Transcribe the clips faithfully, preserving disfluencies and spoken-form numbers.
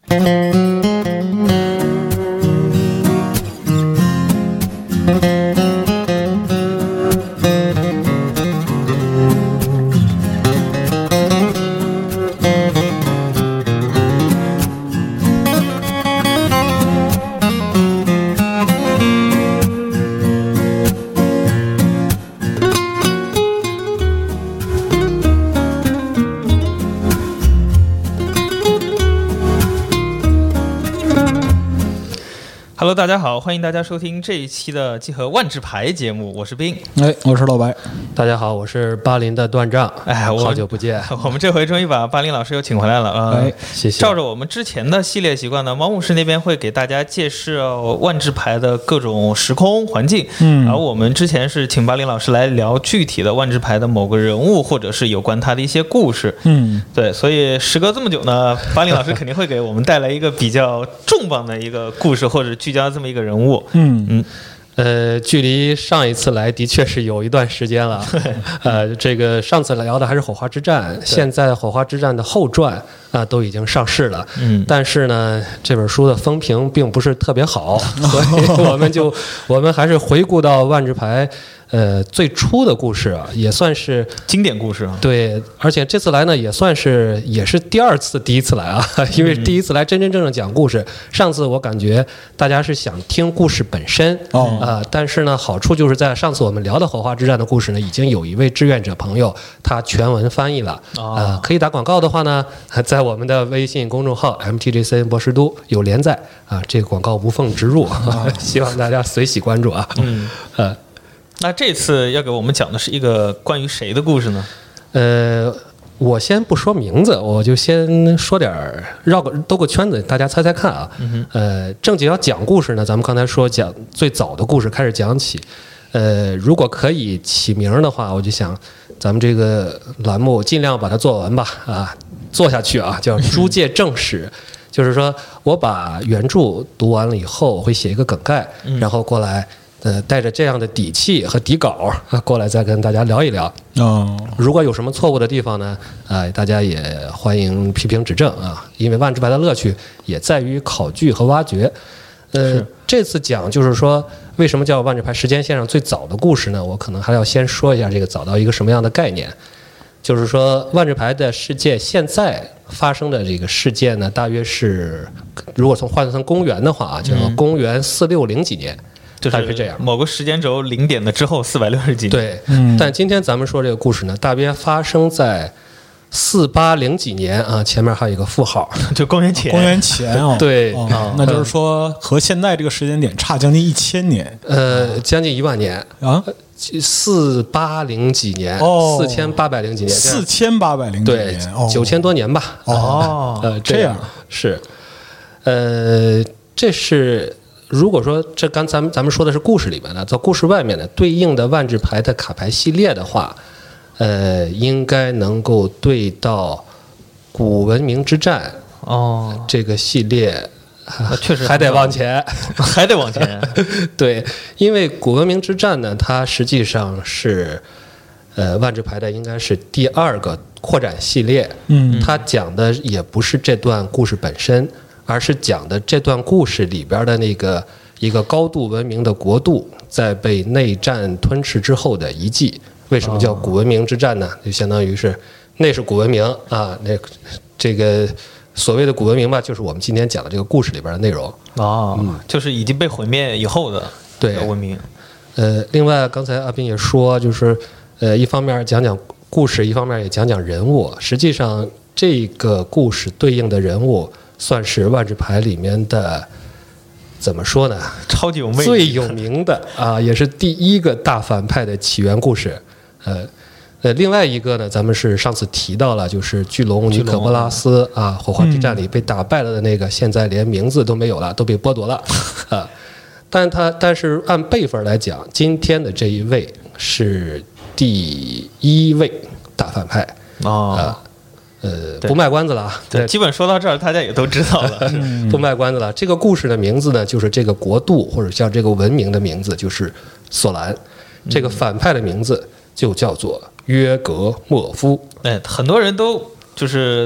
Hello， 大家好，欢迎大家收听这一期的集合万智牌节目，我是冰， 哎，我是老白， 大家好，我是巴林的段丈， 哎，我好久不见， 我们这回终于把巴林老师又请回来了啊、呃！ 哎，谢谢。 照着我们之前的系列习惯呢，猫牧师那边会给大家介绍万智牌的各种时空环境， 嗯， 而我们之前是请巴林老师来聊具体的万智牌的某个人物，或者是有关他的一些故事， 嗯， 对，所以时隔这么久呢，巴林老师肯定会给我们带来一个比较重磅的一个故事，或者聚焦这么一个人物， 嗯嗯。 呃，距离上一次来的确是有一段时间了。呃，这个上次聊的还是火花之战，现在火花之战的后传啊、呃、都已经上市了。 嗯， 但是呢，这本书的风评并不是特别好，所以我们就我们还是回顾到万智牌。呃，最初的故事啊，也算是经典故事啊。 对，而且这次来呢，也算是也是第二次第一次来啊，因为第一次来真真正正讲故事。上次我感觉大家是想听故事本身哦， 呃，但是呢，好处就是在上次我们聊的火花之战的故事呢，已经有一位志愿者朋友他全文翻译了啊、 哦呃，可以打广告的话呢，在我们的微信公众号 M T G C N 博士都有连载啊，这个广告无缝植入，哦、希望大家随喜关注啊。 嗯， 呃。 那这次要给我们讲的是一个关于谁的故事呢？ 呃，我先不说名字，我就先说点绕个兜个圈子，大家猜猜看啊。 嗯、 呃，正经要讲故事呢，咱们刚才说讲最早的故事开始讲起。呃，如果可以起名的话，我就想咱们这个栏目尽量把它做完吧，啊，做下去啊，叫《诸界正史》。就是说我把原著读完了以后，我会写一个梗概，然后过来。呃，带着这样的底气和底稿啊，过来再跟大家聊一聊。 哦， 如果有什么错误的地方呢，呃，大家也欢迎批评指正啊。因为万智牌的乐趣也在于考据和挖掘。呃，这次讲就是说，为什么叫万智牌时间线上最早的故事呢？我可能还要先说一下这个早到一个什么样的概念。就是说，万智牌的世界现在发生的这个事件呢，大约是如果从换成公元的话啊，叫公元四六零几年。 就是这样， 某个时间轴零点的之后四百六十几年。 对，嗯，但今天咱们说这个故事呢，大约发生在四八零几年啊，前面还有一个负号， 就公元前。 公元前哦， 对、 哦嗯，那就是说和现在这个时间点差将近一千年， 呃，将近一万年啊， 四八零几年， 哦， 四千八百零几年， 四千八百零几年， 对，九千多年吧。 哦， 呃， 这样是，呃，这是。如果说这刚咱们咱们说的是故事里面的，在故事外面的对应的万智牌的卡牌系列的话，呃，应该能够对到古文明之战哦这个系列， 确实还得往前， 还得往前。 对，因为古文明之战呢，它实际上是呃万智牌的应该是第二个扩展系列， 嗯， 它讲的也不是这段故事本身。而是讲的这段故事里边的那个一个高度文明的国度，在被内战吞噬之后的遗迹。为什么叫古文明之战呢？就相当于是那是古文明啊，那这个所谓的古文明吧，就是我们今天讲的这个故事里边的内容。 哦， 嗯， 就是已经被毁灭以后的对文明。 呃，另外刚才阿斌也说，就是呃，一方面讲讲故事，一方面也讲讲人物。实际上，这个故事对应的人物。算是万智牌里面的怎么说呢？ 超级有魅力， 最有名的啊，也是第一个大反派的起源故事。呃呃，另外一个呢，咱们是上次提到了，就是巨龙尼可波拉斯啊，火花之战里被打败了的那个，现在连名字都没有了，都被剥夺了啊。但他但是按辈分来讲，今天的这一位是第一位大反派哦。 啊呃，不卖关子了啊！ 对，基本说到这儿，大家也都知道了。 不卖关子了。这个故事的名字呢，就是这个国度或者叫这个文明的名字，就是索兰。这个反派的名字就叫做约格莫夫。 哎，很多人都就是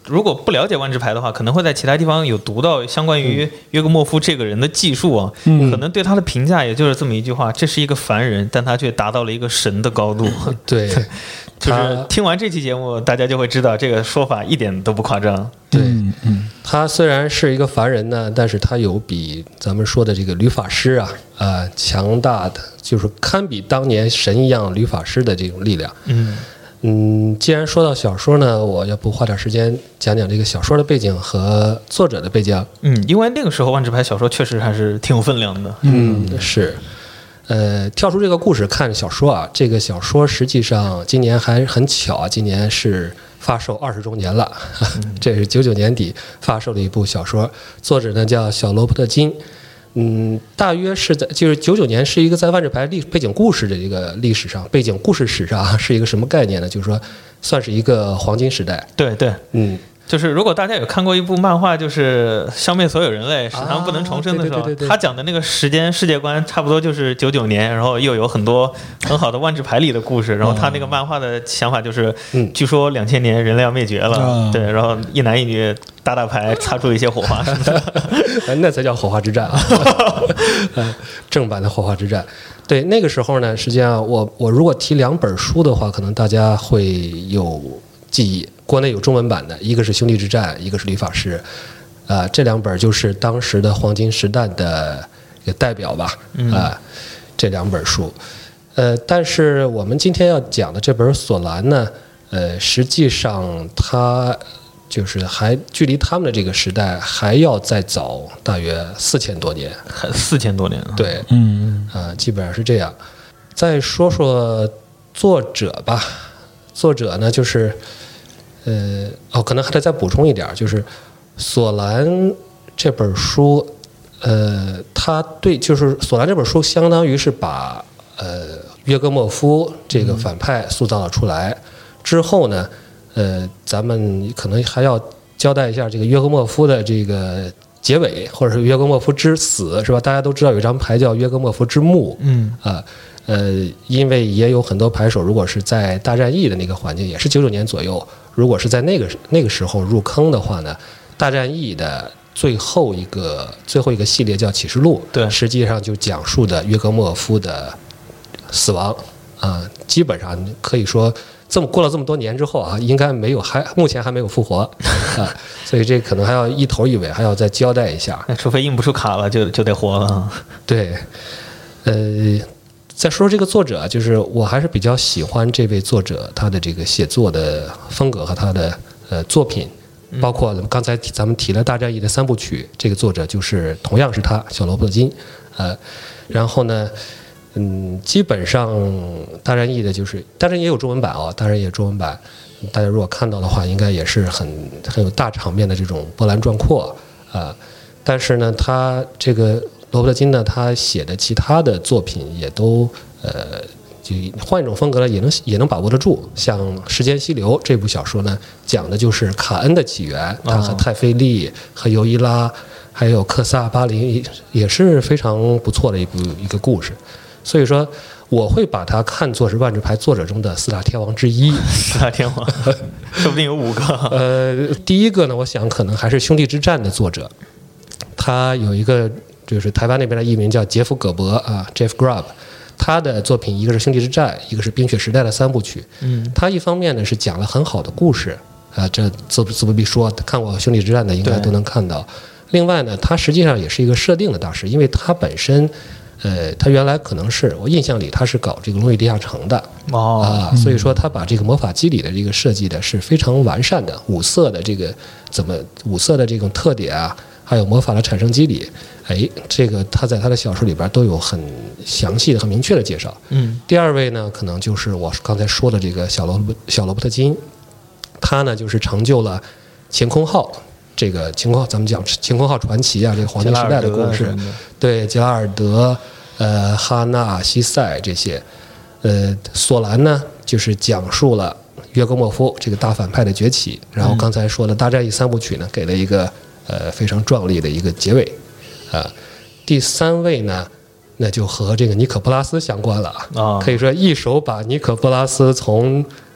如果不了解万智牌的话，可能会在其他地方有读到相关于约格莫夫这个人的技术啊， 嗯、 可能对他的评价也就是这么一句话：这是一个凡人，但他却达到了一个神的高度。 对， 就是听完这期节目，大家就会知道这个说法一点都不夸张。 对， 嗯嗯， 他虽然是一个凡人呢，但是他有比咱们说的这个吕法师啊，呃，强大的，就是堪比当年神一样吕法师的这种力量。 嗯。 嗯，既然说到小说呢，我要不花点时间讲讲这个小说的背景和作者的背景。 嗯，因为那个时候万智牌小说确实还是挺有分量的。 嗯，是。呃，跳出这个故事看小说啊，这个小说实际上今年还很巧啊，今年是发售二十周年了，嗯、这是九九年底发售的一部小说，作者呢叫小罗伯特金。嗯，大约是在就是九九年是一个在万智牌历背景故事的一个历史上，背景故事史上是一个什么概念呢？就是说，算是一个黄金时代。 对对， 嗯， 就是如果大家有看过一部漫画，就是消灭所有人类，使他们不能重生的时候， 啊、对对对对对， 他讲的那个时间世界观差不多就是九九年，然后又有很多很好的万智牌里的故事，然后他那个漫画的想法就是， 嗯， 据说两千年人类要灭绝了， 嗯、 对，然后一男一女打打牌，擦出一些火花什么的， 那才叫火花之战啊！正版的火花之战。对，那个时候呢，实际上我我如果提两本书的话，可能大家会有记忆。国内有中文版的，一个是《兄弟之战》，一个是《吕法师》，啊、呃，这两本就是当时的黄金时代的一个代表吧，啊、 嗯呃，这两本书。呃，但是我们今天要讲的这本《索兰》呢，呃，实际上它就是还距离他们的这个时代还要再早大约四千多年， 还四千多年。 对， 嗯啊、呃，基本上是这样。再说说作者吧，作者呢就是。呃哦，可能还得再补充一点，就是《索兰》这本书，呃，他对就是《索兰》这本书，相当于是把呃约格莫夫这个反派塑造了出来。嗯、之后呢，呃，咱们可能还要交代一下这个约格莫夫的这个结尾，或者是约格莫夫之死，是吧？大家都知道有一张牌叫约格莫夫之墓， 嗯啊。呃，因为也有很多牌手，如果是在大战役的那个环境，也是九九年左右，如果是在那个那个时候入坑的话呢，大战役的最后一个最后一个系列叫启示录， 对， 实际上就讲述的约格莫夫的死亡啊、呃，基本上可以说这么过了这么多年之后啊，应该没有还目前还没有复活啊，所以这可能还要一头一尾还要再交代一下， 那除非印不出卡了，就就得活了。 对，呃。再说这个作者，就是我还是比较喜欢这位作者他的这个写作的风格和他的呃作品，包括刚才咱们提了大战役的三部曲，这个作者就是同样是他小罗伯特金，呃，然后呢，嗯，基本上大战役的就是当然也有中文版哦，当然也有中文版，大家如果看到的话，应该也是很很有大场面的这种波澜壮阔啊、呃，但是呢，他这个。罗伯特金呢，他写的其他的作品也都呃，就换一种风格了，也能也能把握得住。像《时间溪流》这部小说呢，讲的就是卡恩的起源，他和泰菲利、和尤伊拉，还有克萨巴林，也是非常不错的一部一个故事。所以说，我会把它看作是万智牌作者中的四大天王之一。 四大天王，说不定有五个。 呃，第一个呢，我想可能还是《兄弟之战》的作者，他有一个。就是台湾那边的译名叫杰夫·葛伯啊 ，Jeff Grubb， 他的作品一个是《兄弟之战》，一个是《冰雪时代》的三部曲。 嗯， 他一方面呢是讲了很好的故事啊，这自自不必说，看过《兄弟之战》的应该都能看到。另外呢，他实际上也是一个设定的大师，因为他本身，呃，他原来可能是我印象里他是搞这个《龙与地下城》的哦啊，所以说他把这个魔法机理的这个设计的是非常完善的，五色的这个怎么五色的这种特点啊。还有魔法的产生机理，哎，这个他在他的小说里边都有很详细的、很明确的介绍。 嗯， 第二位呢，可能就是我刚才说的这个小罗小罗伯特金，他呢就是成就了晴空号这个晴空号，咱们讲晴空号传奇啊，这个黄金时代的故事，对，杰拉尔德、呃哈纳、西塞这些，呃，索兰呢就是讲述了约格莫夫这个大反派的崛起，然后刚才说的大战役三部曲呢，给了一个。呃，非常壮丽的一个结尾，啊、呃，第三位呢，那就和这个尼可波拉斯相关了啊， 哦、 可以说一手把尼可波拉斯从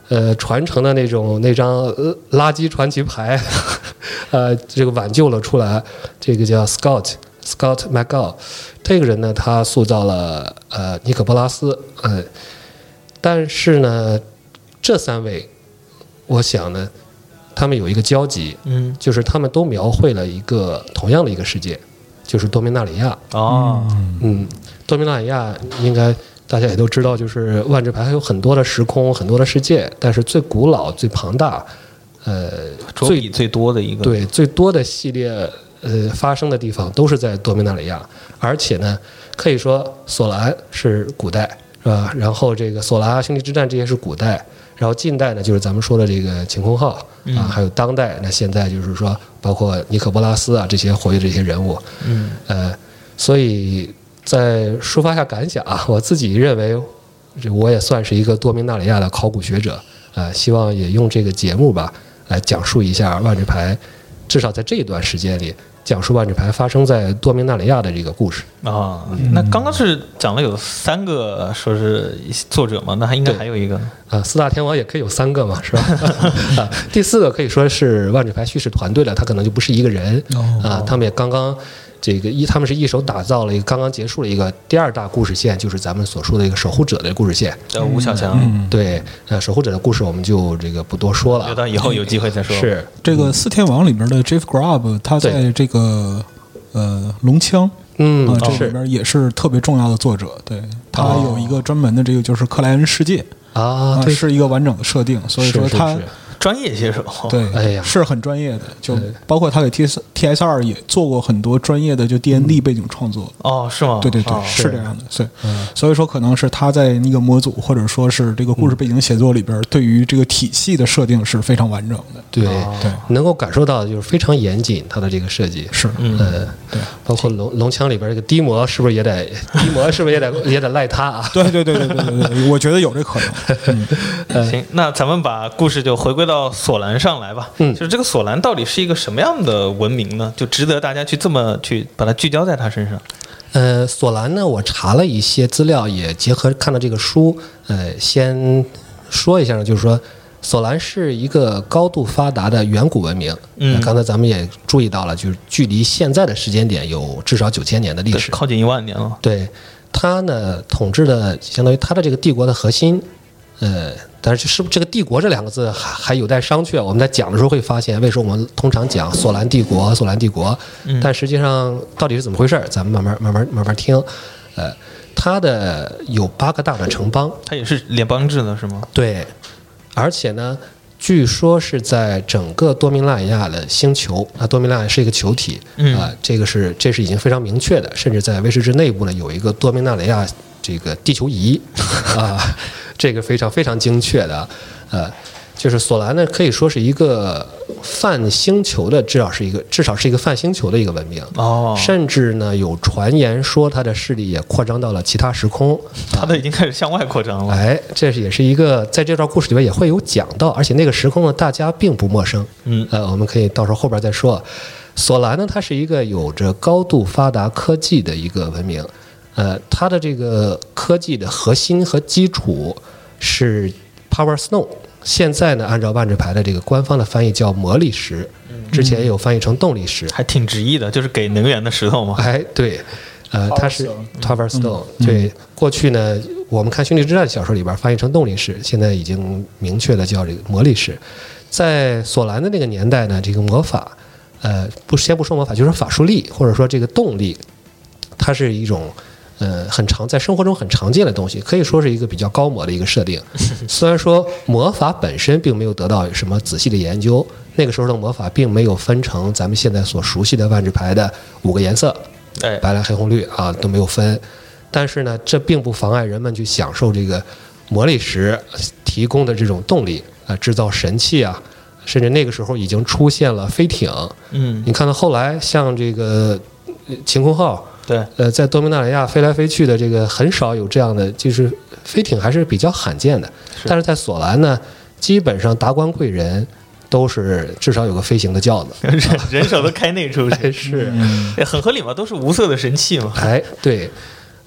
呃传承的那种那张呃垃圾传奇牌，呃，这个挽救了出来。这个叫 Scott Scott McGough， 这个人呢，他塑造了呃尼可波拉斯，呃，但是呢，这三位，我想呢，他们有一个交集， 嗯， 就是他们都描绘了一个同样的一个世界，就是多米纳里亚。 哦， 嗯，多米纳里亚应该大家也都知道，就是万智牌还有很多的时空，很多的世界，但是最古老、最庞大，呃，最桌比最多的一个， 对最多的系列呃发生的地方都是在多米纳里亚，而且呢，可以说索兰是古代，是吧？然后这个索拉、星际之战这些是古代。然后近代呢，就是咱们说的这个晴空号啊， 嗯、 还有当代，那现在就是说，包括尼可波拉斯啊这些活跃的这些人物， 嗯， 呃，所以在抒发下感想啊，我自己认为，我也算是一个多米纳里亚的考古学者，呃，希望也用这个节目吧，来讲述一下万智牌，至少在这一段时间里，讲述万智牌发生在多米纳里亚的这个故事啊。那刚刚是讲了有三个说是作者嘛，那还应该还有一个啊，四大天王也可以有三个嘛，是吧？啊，第四个可以说是万智牌叙事团队了，他可能就不是一个人啊，他们也刚刚这个一，他们是一手打造了一个刚刚结束了一个第二大故事线，就是咱们所说的一个守护者的故事线。 叫吴小强， 嗯、 对，呃，守护者的故事我们就这个不多说了， 留到以后有机会再说。 是这个四天王里边的 Jeff Grubb， 他在这个呃龙枪。 嗯， 啊，这里边也是特别重要的作者，对，他有一个专门的这个就是克莱恩世界啊， 是一个完整的设定，所以说他专业写手， 对， 哎呀， 是很专业的，就包括他给 T S T S 二也做过很多专业的就 D N D 背景创作。 哦，是吗？ 对对对， 哦、 是这样的，所以、嗯、所以说可能是他在那个模组或者说是这个故事背景写作里边，对于这个体系的设定是非常完整的。 对、 哦、 对，能够感受到就是非常严谨，他的这个设计是， 嗯，呃、 对， 包括龙龙枪里边这个低魔是不是也得低魔是不是也得也得赖他啊？ 对对对对对对对，我觉得有这可能。 嗯、行，那咱们把故事就回归到索兰上来吧。 嗯， 就是这个索兰到底是一个什么样的文明呢？就值得大家去这么去把它聚焦在他身上。 呃，索兰呢，我查了一些资料，也结合看到这个书，呃，先说一下呢，就是说，索兰是一个高度发达的远古文明。 嗯， 刚才咱们也注意到了，就是距离现在的时间点有至少九千年的历史， 靠近一万年了。 对，他呢统治的相当于他的这个帝国的核心，呃。但是是不是这个帝国这两个字还还有待商榷。我们在讲的时候会发现，为什么我们通常讲索兰帝国、索兰帝国，但实际上到底是怎么回事？咱们慢慢慢慢慢慢听。呃，它的有八个大的城邦， 它也是联邦制的，是吗？ 对，而且呢，据说是在整个多米纳里亚的星球啊，多米纳里亚是一个球体啊、呃，这个是这是已经非常明确的，甚至在威士治内部呢有一个多米纳里亚这个地球仪啊。这个非常非常精确的，呃，就是索兰呢，可以说是一个泛星球的，至少是一个至少是一个泛星球的一个文明哦， 甚至呢有传言说它的势力也扩张到了其他时空， 它都已经开始向外扩张了。 哎，这是也是一个在这段故事里面也会有讲到，而且那个时空呢大家并不陌生， 嗯， 呃，我们可以到时候后边再说。索兰呢，它是一个有着高度发达科技的一个文明。呃，它的这个科技的核心和基础是 Power Stone， 现在呢，按照万智牌的这个官方的翻译叫魔力石，之前也有翻译成动力石， 还挺直译的，就是给能源的石头嘛。 哎，对，呃，它是 Power Stone，、嗯、对，过去呢，我们看《兄弟之战》小说里边翻译成动力石，现在已经明确的叫这个魔力石。在索兰的那个年代呢，这个魔法，呃，不先不说魔法，就是法术力或者说这个动力，它是一种。呃，很常在生活中很常见的东西，可以说是一个比较高魔的一个设定。虽然说魔法本身并没有得到什么仔细的研究，那个时候的魔法并没有分成咱们现在所熟悉的万智牌的五个颜色， 哎， 白蓝黑红绿啊都没有分。但是呢，这并不妨碍人们去享受这个魔力石提供的这种动力啊，制造神器啊，甚至那个时候已经出现了飞艇。 嗯， 你看到后来像这个晴空号。 对， 呃，在多米纳里亚飞来飞去的这个很少有这样的，就是飞艇还是比较罕见的。 是但是在索兰呢，基本上达官贵人都是至少有个飞行的轿子， 人人手都开那出去， 是、 嗯，很合理嘛，都是无色的神器嘛。 哎，对，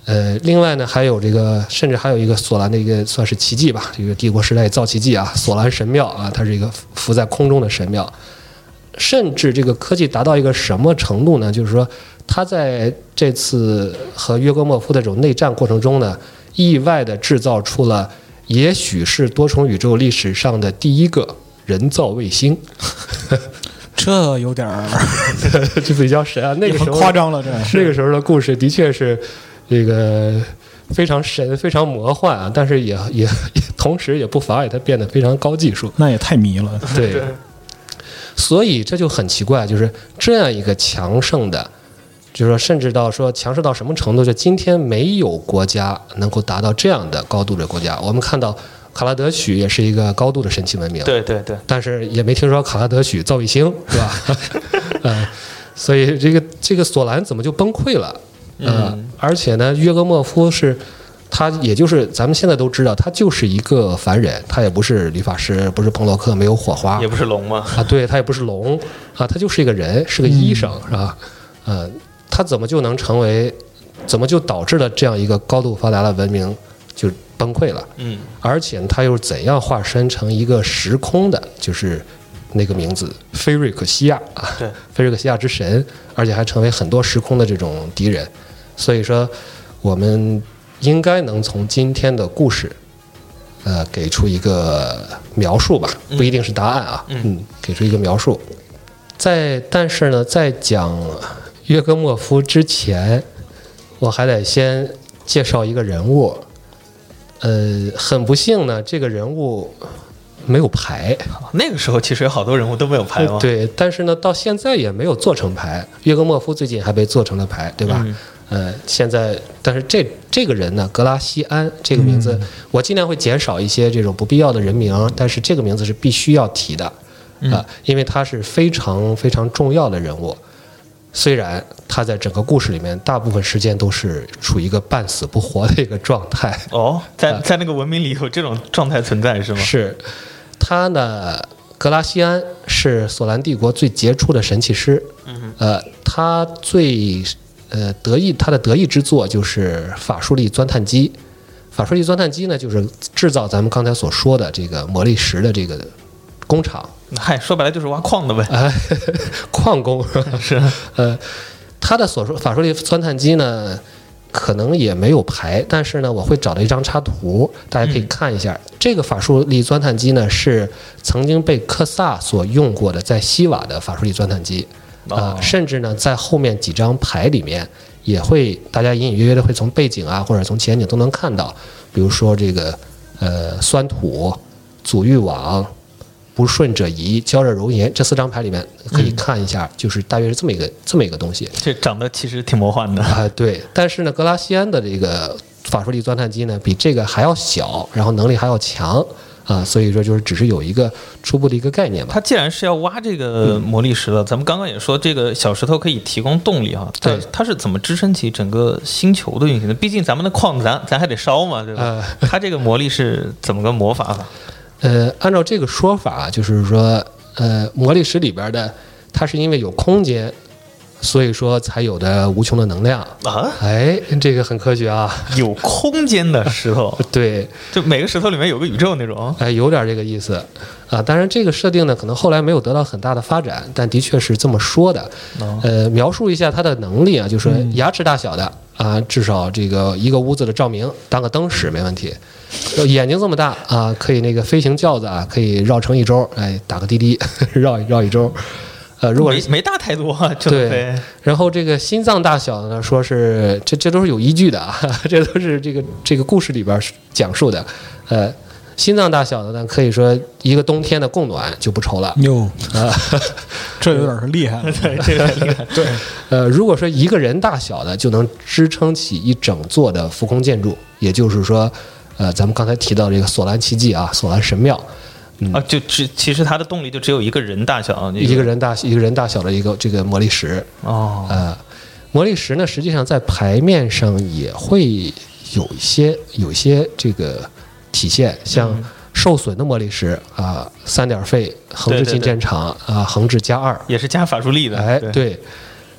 呃，另外呢，还有这个，甚至还有一个索兰的一个算是奇迹吧，这个帝国时代造奇迹啊，索兰神庙啊，它是一个浮在空中的神庙。甚至这个科技达到一个什么程度呢？就是说，他在这次和约戈莫夫的这种内战过程中呢，意外的制造出了也许是多重宇宙历史上的第一个人造卫星。 这有点儿就比较神啊！那个时候夸张了，这那个时候的故事的确是这个非常神、非常魔幻啊，但是也也也同时也不妨碍它变得非常高技术。 那也太迷了， 对。所以这就很奇怪，就是这样一个强盛的，就是说甚至到说强势到什么程度，就今天没有国家能够达到这样的高度的国家。我们看到卡拉德许也是一个高度的神奇文明， 对对对， 但是也没听说卡拉德许造卫星，是吧？呃，所以这个这个索兰怎么就崩溃了？呃， 嗯、 而且呢，约戈莫夫是。他也就是咱们现在都知道，他就是一个凡人，他也不是理发师，不是彭洛克，没有火花， 也不是龙吗？ 啊，对他也不是龙啊，他就是一个人，是个医生，是吧？呃，他怎么就能成为，怎么就导致了这样一个高度发达的文明就崩溃了？嗯，而且他又怎样化身成一个时空的，就是那个名字菲瑞克西亚啊， 对， 菲瑞克西亚之神，而且还成为很多时空的这种敌人，所以说我们。应该能从今天的故事，呃，给出一个描述吧，不一定是答案啊，嗯，嗯给出一个描述。在但是呢，在讲约戈莫夫之前，我还得先介绍一个人物。呃，很不幸呢，这个人物没有牌。 那个时候其实有好多人物都没有牌吗？ 对，但是呢，到现在也没有做成牌。约戈莫夫最近还被做成了牌，对吧？嗯呃，现在，但是这这个人呢，格拉西安这个名字，嗯、我尽量会减少一些这种不必要的人名，但是这个名字是必须要提的，啊、呃，因为他是非常非常重要的人物。虽然他在整个故事里面大部分时间都是处于一个半死不活的一个状态。 哦，在在那个文明里有这种状态存在是吗？ 是，他呢，格拉西安是索兰帝国最杰出的神器师，嗯、呃，他最。呃，得意他的得意之作就是法术力钻探机。法术力钻探机呢，就是制造咱们刚才所说的这个魔力石的这个工厂。 嗨，说白了就是挖矿的呗。 哎，矿工是。 呃，他的所说法术力钻探机呢，可能也没有牌，但是呢，我会找到一张插图，大家可以看一下。嗯、这个法术力钻探机呢，是曾经被科萨所用过的，在西瓦的法术力钻探机。啊、呃，甚至呢，在后面几张牌里面也会，大家隐隐约约的会从背景啊，或者从前景都能看到，比如说这个呃酸土、阻域网、不顺者夷、焦热熔岩这四张牌里面可以看一下，嗯、就是大约是这么一个这么一个东西。 这长得其实挺魔幻的啊、呃，对。但是呢，格拉西安的这个法术力钻探机呢，比这个还要小，然后能力还要强。啊，所以说就是只是有一个初步的一个概念嘛。 它既然是要挖这个魔力石的，嗯、咱们刚刚也说这个小石头可以提供动力哈， 对， 它是怎么支撑起整个星球的运行的？毕竟咱们的矿咱咱还得烧嘛，对吧？呃、它这个魔力是怎么个魔法法？ 呃，按照这个说法，就是说，呃，魔力石里边的它是因为有空间。所以说才有的无穷的能量啊！ 哎，这个很科学啊！ 有空间的石头， 对， 就每个石头里面有个宇宙那种。 哎，有点这个意思啊。当然，这个设定呢，可能后来没有得到很大的发展，但的确是这么说的。哦、呃，描述一下它的能力啊，就是说牙齿大小的啊，至少这个一个屋子的照明，当个灯使没问题。眼睛这么大啊，可以那个飞行轿子啊，可以绕成一周，哎，打个滴滴绕绕一周。呃，如果没没大太多，就对。然后这个心脏大小呢，说是这这都是有依据的啊，这都是这个这个故事里边讲述的。呃，心脏大小的呢，可以说一个冬天的供暖就不愁了。 哟啊，这有点是厉害， 对，这个厉害。 对，呃，如果说一个人大小的就能支撑起一整座的浮空建筑，也就是说，呃，咱们刚才提到这个索兰奇迹啊，索兰神庙。 啊，就只其实它的动力就只有一个人大小，那个、 一个人大一个人大小的一个这个魔力石哦， 呃，魔力石呢，实际上在牌面上也会有一些有一些这个体现，像受损的魔力石啊、呃，三点费横置进战场啊、呃，横置加二， 也是加法术力的， 哎，对。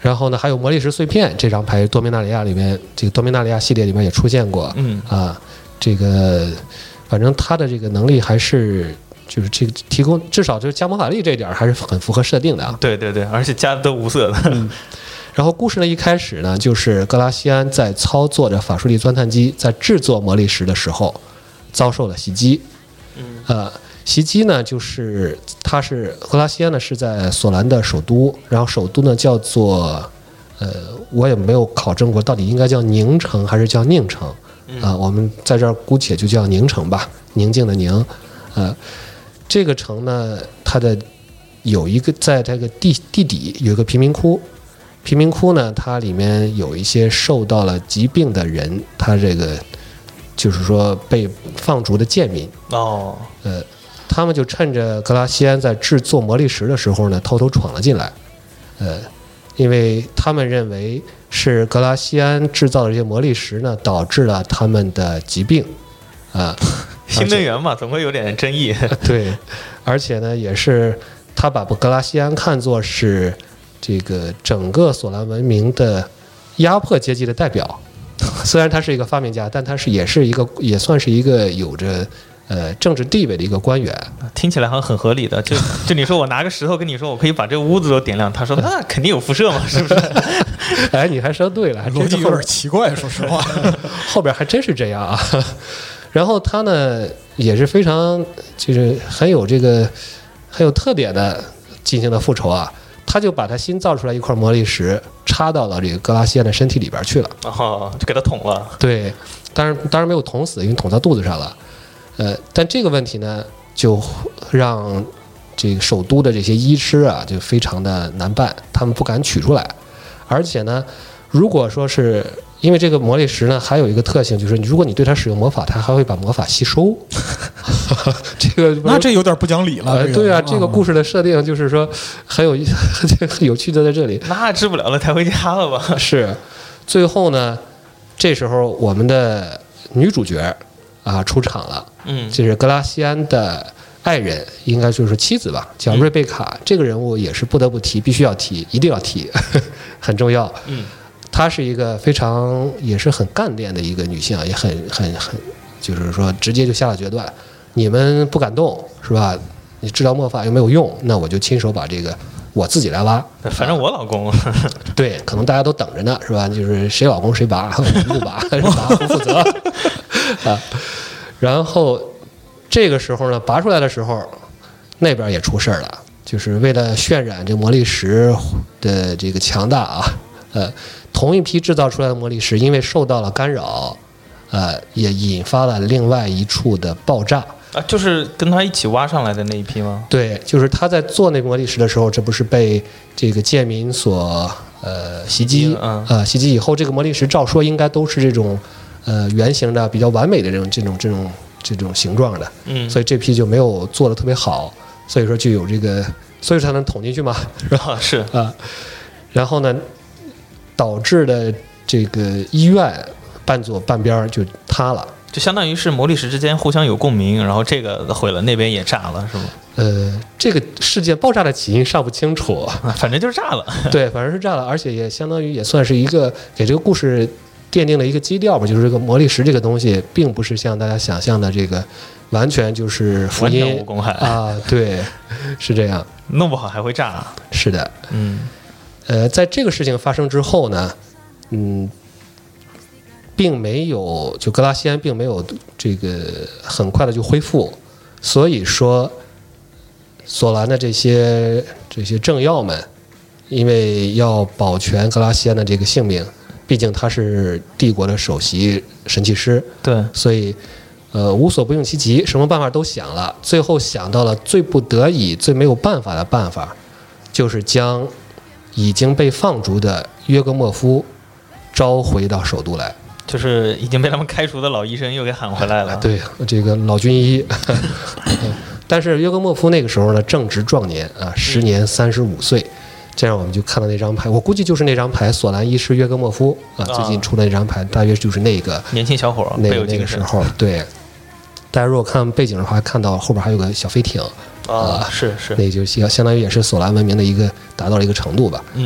然后呢，还有魔力石碎片这张牌，多明纳里亚里面这个多明纳里亚系列里面也出现过。 嗯啊，这个反正他的这个能力还是就是这个提供至少就是加魔法力这一点还是很符合设定的啊。 对对对，而且加的都无色的。 嗯。然后故事呢一开始呢，就是格拉西安在操作着法术力钻探机在制作魔力石的时候，遭受了袭击。 嗯。 呃。袭击呢，就是他是格拉西安呢是在索兰的首都，然后首都呢叫做，呃，我也没有考证过到底应该叫宁城还是叫宁城，啊、呃，我们在这儿姑且就叫宁城吧，宁静的宁，呃，这个城呢，它的有一个在这个地地底有一个贫民窟，贫民窟呢，它里面有一些受到了疾病的人，他这个就是说被放逐的贱民哦， 呃。他们就趁着格拉西安在制作魔力石的时候呢，偷偷闯了进来，呃，因为他们认为是格拉西安制造的这些魔力石呢，导致了他们的疾病，啊、呃， 新能源嘛，总会有点争议。 对，而且呢，也是他把格拉西安看作是这个整个索兰文明的压迫阶级的代表。虽然他是一个发明家，但他是也是一个也算是一个有着。呃，政治地位的一个官员， 听起来好像很合理的。就就你说我拿个石头跟你说，我可以把这个屋子都点亮，他说那肯定有辐射嘛，是不是？ 哎，你还说对了， 逻辑有点奇怪，说实话， 后边还真是这样啊。然后他呢也是非常就是很有这个很有特点的进行了复仇啊。他就把他新造出来一块魔力石插到了这个格拉西安的身体里边去了， 哦，就给他捅了。 对，当然当然没有捅死，因为捅到肚子上了。呃，但这个问题呢，就让这个首都的这些医师啊，就非常的难办，他们不敢取出来。而且呢，如果说是因为这个魔力石呢，还有一个特性，就是如果你对它使用魔法，它还会把魔法吸收。这个那这有点不讲理了。 呃、 这个、 对啊，这个故事的设定就是说很有很有趣的在这里。 那治不了了，抬回家了吧？ 是，最后呢，这时候我们的女主角啊出场了。 嗯， 就是格拉西安的爱人，应该就是妻子吧，叫瑞贝卡。嗯、这个人物也是不得不提，必须要提，一定要提，呵呵很重要。 嗯， 她是一个非常也是很干练的一个女性，也很很很，就是说直接就下了决断，你们不敢动是吧？你治疗魔法又没有用，那我就亲手把这个我自己来挖。 反正我老公， 对，可能大家都等着呢，是吧？就是谁老公谁拔，我们不拔，是吧？不负责啊。然后这个时候呢，拔出来的时候，那边也出事儿了，就是为了渲染这魔力石的这个强大啊，呃，同一批制造出来的魔力石，因为受到了干扰，呃，也引发了另外一处的爆炸。 啊，就是跟他一起挖上来的那一批吗？ 对，就是他在做那魔力石的时候，这不是被这个贱民所呃袭击， 嗯， 呃袭击以后，这个魔力石照说应该都是这种。呃，圆形的比较完美的这种这种这种这种形状的， 嗯， 所以这批就没有做的特别好，所以说就有这个，所以才能捅进去嘛，是吧？ 是啊、 呃，然后呢，导致的这个医院半左半边就塌了， 就相当于是魔力石之间互相有共鸣，然后这个毁了，那边也炸了，是吗？ 呃，这个事件爆炸的起因尚不清楚， 反正就是炸了， 对，反正是炸了，而且也相当于也算是一个给这个故事。奠定了一个基调吧，就是这个魔力石这个东西，并不是像大家想象的这个，完全就是福音无公害啊，对，是这样， 弄不好还会炸。 是的， 嗯， 呃，在这个事情发生之后呢，嗯，并没有，就格拉西安并没有这个很快的就恢复，所以说，索兰的这些这些政要们，因为要保全格拉西安的这个性命。毕竟他是帝国的首席神器师， 对， 所以，呃，无所不用其极，什么办法都想了，最后想到了最不得已、最没有办法的办法，就是将已经被放逐的约格莫夫召回到首都来。 就是已经被他们开除的老医生又给喊回来了。 对，这个老军医。但是约格莫夫那个时候呢，正值壮年啊，时年三十五岁。这样我们就看到那张牌，我估计就是那张牌，索兰医师约格莫夫啊，最近出的那张牌，大约就是那个年轻小伙， 那个那个时候。对，大家如果看背景的话，看到后边还有个小飞艇啊，是是， 那就相当于也是索兰文明的一个达到了一个程度吧。 嗯，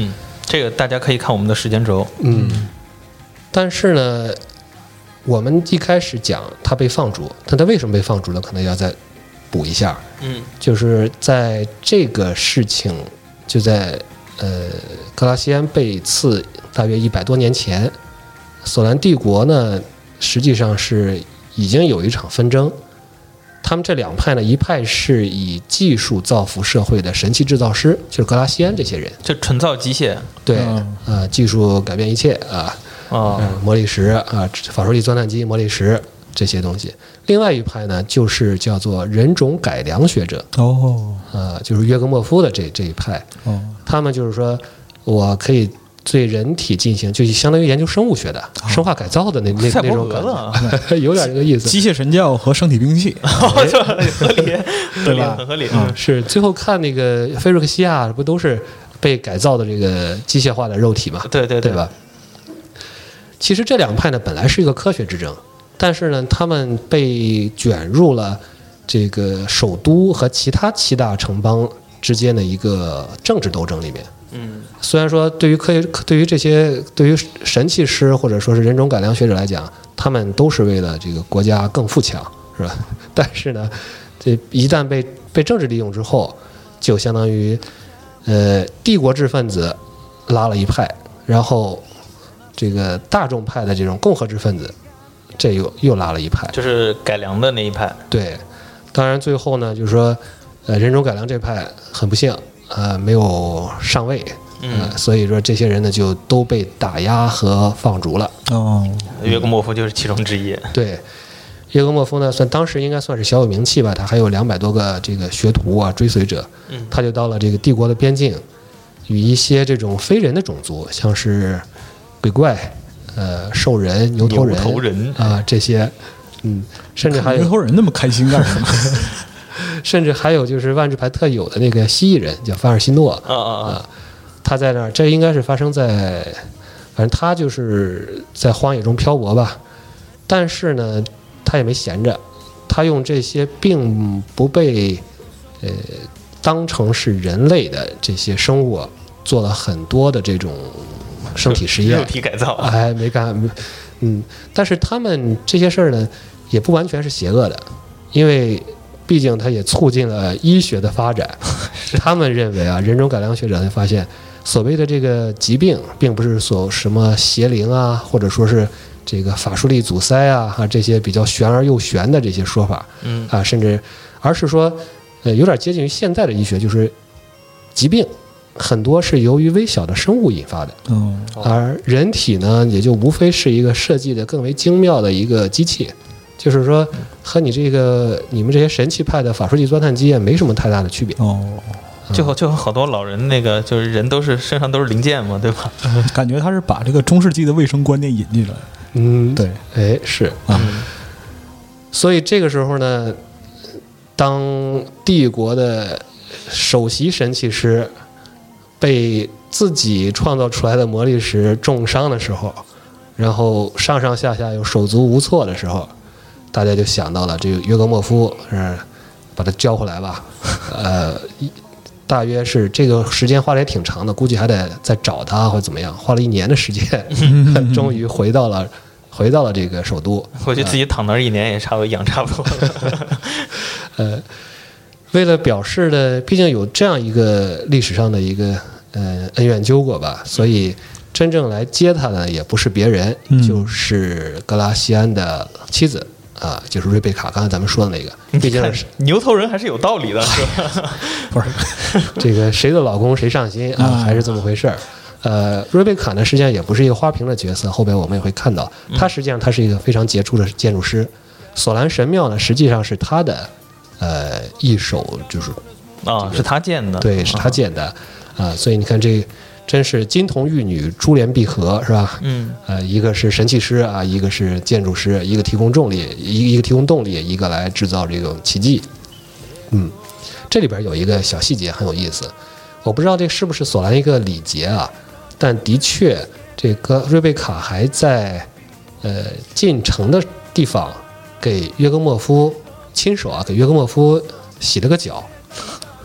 这个大家可以看我们的时间轴。 嗯，但是呢，我们一开始讲他被放逐，但他为什么被放逐了，可能要再补一下。 嗯， 就是在这个事情就在呃格拉西安被刺大约一百多年前，索兰帝国呢实际上是已经有一场纷争。他们这两派呢，一派是以技术造福社会的神器制造师，就是格拉西安这些人， 就纯造机械。 对， 嗯啊、呃，技术改变一切啊， 哦， 嗯，魔力石啊，法术力钻探机、魔力石这些东西。另外一派呢，就是叫做人种改良学者， 哦呃，就是约格莫夫的这这一派。 哦， 他们就是说我可以对人体进行，就相当于研究生物学的、生化改造的那那赛那种感博格了， 觉，有点这个意思。 机械神教和生体兵器， 合理，合理， 对吧很合理。 嗯是最后看那个菲瑞克西亚，不都是被改造的这个机械化的肉体嘛？ 对对对吧？其实这两派呢，本来是一个科学之争，但是呢，他们被卷入了这个首都和其他七大城邦之间的一个政治斗争里面。 嗯， 虽然说对于科学，对于这些对于神器师或者说是人种改良学者来讲，他们都是为了这个国家更富强，是吧？但是呢，这一旦被被政治利用之后，就相当于呃帝国制分子拉了一派，然后这个大众派的这种共和制分子，这又又拉了一派。 就是改良的那一派。 对，当然最后呢，就是说，呃，人种改良这派很不幸，呃，没有上位，呃， 嗯， 所以说这些人呢就都被打压和放逐了。 哦， 约格莫夫就是其中之一。 对，约格莫夫呢，算当时应该算是小有名气吧，他还有两百多个这个学徒啊、追随者， 嗯他就到了这个帝国的边境，与一些这种非人的种族，像是鬼怪、呃兽人、牛头人、 牛头人啊、这些，嗯，甚至还有牛头人那么开心干什么？ 甚至还有就是万智牌特有的那个蜥蜴人，叫凡尔西诺啊啊啊！ 啊，他在那儿，这应该是发生在，反正他就是在荒野中漂泊吧。但是呢，他也没闲着，他用这些并不被呃当成是人类的这些生物，做了很多的这种生体实验肉，体改造。 哎，没干，嗯，但是他们这些事儿呢，也不完全是邪恶的，因为毕竟它也促进了医学的发展。他们认为啊，人种改良学者会发现，所谓的这个疾病，并不是所什么邪灵啊，或者说是这个法术力阻塞啊，啊这些比较玄而又玄的这些说法， 嗯啊，甚至而是说，呃，有点接近于现代的医学，就是疾病很多是由于微小的生物引发的。 嗯， 而人体呢，也就无非是一个设计的更为精妙的一个机器，就是说和你这个你们这些神奇派的法术力钻探机也没什么太大的区别。 哦， 就和就和好多老人那个，就是人都是身上都是零件嘛，对吧？ 感觉他是把这个中世纪的卫生观念引进来。 嗯， 对， 哎，是啊， 所以这个时候呢，当帝国的首席神器师被自己创造出来的魔力石重伤的时候，然后上上下下又手足无措的时候，大家就想到了这个约格莫夫，是把他叫回来吧。呃，一大约是这个时间花的也挺长的，估计还得再找他或者怎么样，花了一年的时间，终于回到了回到了这个首都。 回去自己躺那儿一年也差不多养差不多了。 呃，为了表示的，毕竟有这样一个历史上的一个呃恩怨纠葛吧，所以真正来接他的也不是别人， 嗯就是格拉西安的妻子啊，就是瑞贝卡。刚才咱们说的那个，毕竟是牛头人还是有道理的，是吧？ 不是， 这个谁的老公谁上心啊， 啊还是这么回事儿。呃，瑞贝卡呢，实际上也不是一个花瓶的角色，后边我们也会看到，他实际上他是一个非常杰出的建筑师。索兰神庙呢，实际上是他的呃一手，就是啊，是他建的， 对，是他建的啊，所以你看这真是金童玉女珠联璧合，是吧？ 嗯， 呃，一个是神器师啊，一个是建筑师，一个提供重力，一个一个提供动力，一个来制造这种奇迹。嗯，这里边有一个小细节很有意思，我不知道这是不是索兰一个礼节啊，但的确，这个瑞贝卡还在呃进城的地方给约格莫夫亲手啊给约格莫夫洗了个脚。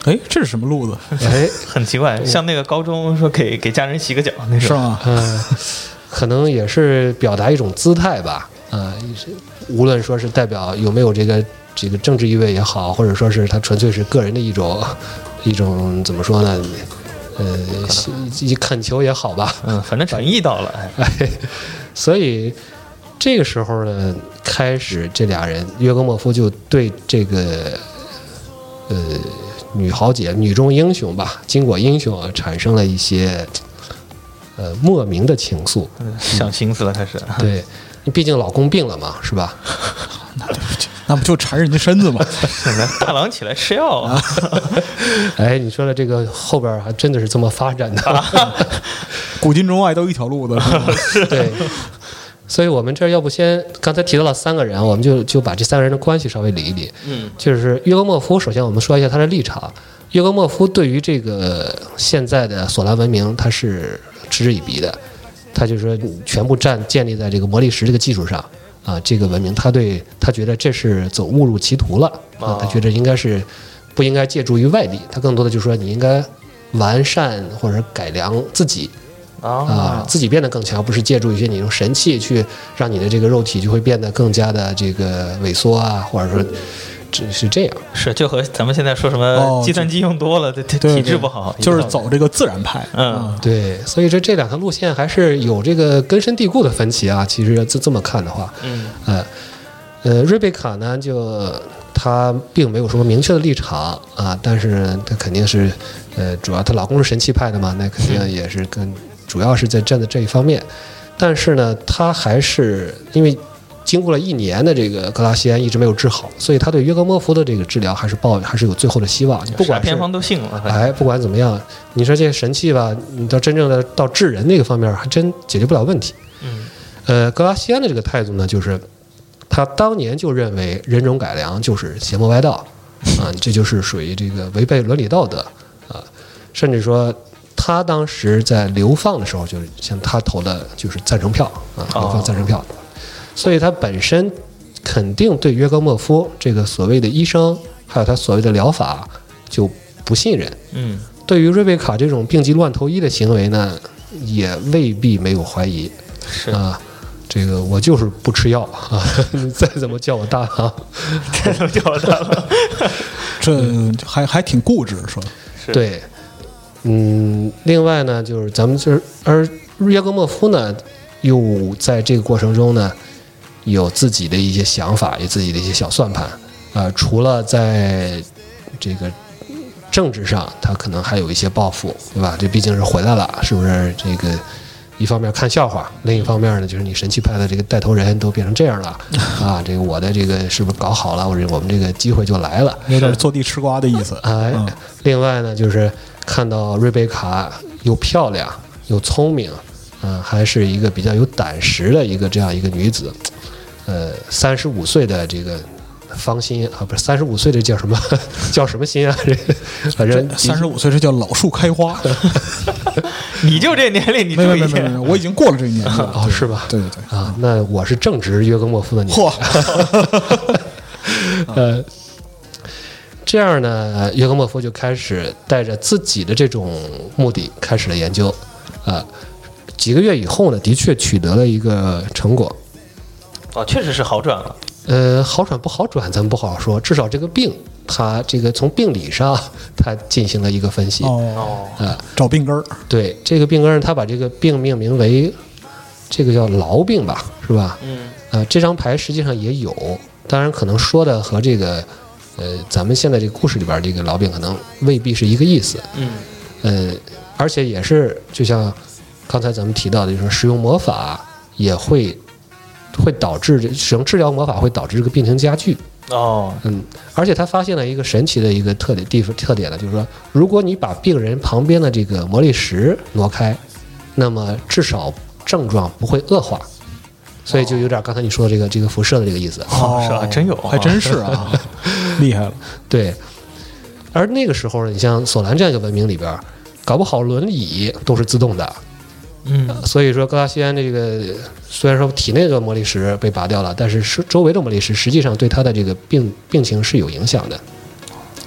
哎，这是什么路子？ 哎， 很奇怪，像那个高中说给给家人洗个脚那种， 是吗？ 呃，可能也是表达一种姿态吧。啊、呃，无论说是代表有没有这个这个政治意味也好，或者说是他纯粹是个人的一种一种怎么说呢？呃，一恳求也好吧。 嗯，反正诚意到了。 哎，所以这个时候呢，开始这俩人约格莫夫就对这个呃女豪杰、女中英雄吧，金果英雄啊，产生了一些呃莫名的情愫， 嗯，想心思了开始。 对。毕竟老公病了嘛，是吧？ 那对不起，那不就缠人家身子吗？ 大郎起来吃药啊！ 哎，你说的这个后边还真的是这么发展的， 古今中外都一条路子，是吧？ 对。所以我们这儿要不先刚才提到了三个人，我们就就把这三个人的关系稍微理一理。 嗯， 就是约格莫夫，首先我们说一下他的立场。约格莫夫对于这个现在的索兰文明，他是嗤之以鼻的。他就说全部站建立在这个魔力石这个技术上啊，这个文明他对他觉得这是走误入歧途了啊，他觉得应该是不应该借助于外力，他更多的就是说你应该完善或者改良自己啊，自己变得更强，不是借助一些你用神器去让你的这个肉体就会变得更加的这个萎缩啊，或者说只是这样， 是就和咱们现在说什么计算机用多了，哦、体体质不好， 就是走这个自然派。 嗯， 对，所以这这两条路线还是有这个根深蒂固的分歧啊。其实这这么看的话， 嗯， 呃，呃，瑞贝卡呢，就她并没有什么明确的立场啊，但是她肯定是，呃，主要她老公是神器派的嘛，那肯定也是跟主要是在站在这一方面，但是呢，她还是因为。经过了一年的这个格拉西安一直没有治好，所以他对约格莫夫的这个治疗还是抱还是有最后的希望。不管偏方都信了， 哎，不管怎么样，你说这些神器吧，你到真正的到治人那个方面，还真解决不了问题。 嗯， 呃，格拉西安的这个态度呢，就是他当年就认为人种改良就是邪魔歪道啊，这就是属于这个违背伦理道德啊，甚至说。他当时在流放的时候，就是像他投的就是赞成票啊，流放赞成票。哦，所以他本身肯定对约格莫夫这个所谓的医生，还有他所谓的疗法就不信任。 嗯， 对于瑞贝卡这种病急乱投医的行为呢，也未必没有怀疑。 是啊，这个我就是不吃药啊，你再怎么叫我大郎， 再怎么叫我大郎， 这还还挺固执，说是对。嗯，另外呢，就是咱们就是而约格莫夫呢。又在这个过程中呢，有自己的一些想法，有自己的一些小算盘，啊、呃，除了在这个政治上，他可能还有一些抱负，对吧？这毕竟是回来了，是不是？这个一方面看笑话，另一方面呢，就是你神奇派的这个带头人都变成这样了，啊，这个我的这个是不是搞好了？或者我们这个机会就来了， 有点坐地吃瓜的意思。 哎， 嗯、 另外呢，就是看到瑞贝卡又漂亮又聪明。嗯，还是一个比较有胆识的一个这样一个女子，呃，三十五岁的这个芳心啊，不是三十五岁的叫什么叫什么心啊？这个反正三十五岁这叫老树开花。 你就这年龄，你注意没没没，我已经过了这一年了。 哦，是吧？ 对对对啊，那我是正值约格莫夫的年龄。 嚯！ 呃，这样呢，约格莫夫就开始带着自己的这种目的开始了研究，啊。几个月以后呢，的确取得了一个成果。 哦，确实是好转了。 呃，好转不好转，咱们不好说。至少这个病，它这个从病理上，它进行了一个分析。 哦， 啊、呃， 找病根儿。 对，这个病根儿，他把这个病命名为这个叫痨病吧，是吧？ 嗯。 呃，这张牌实际上也有，当然可能说的和这个呃咱们现在这个故事里边这个痨病可能未必是一个意思。 嗯。 呃，而且也是就像。刚才咱们提到的，就是使用魔法也会会导致使用治疗魔法会导致这个病情加剧。 哦， 嗯，而且他发现了一个神奇的一个特点地方特点呢，就是说，如果你把病人旁边的这个魔力石挪开，那么至少症状不会恶化。所以就有点刚才你说的这个这个辐射的这个意思。 哦，是啊，真有， 还真是啊，厉害了。 对，而那个时候呢，你像索兰这样一个文明里边，搞不好轮椅都是自动的。 嗯， 所以说格拉西安这个虽然说体内的魔力石被拔掉了，但是周围的魔力石实际上对他的这个病病情是有影响的。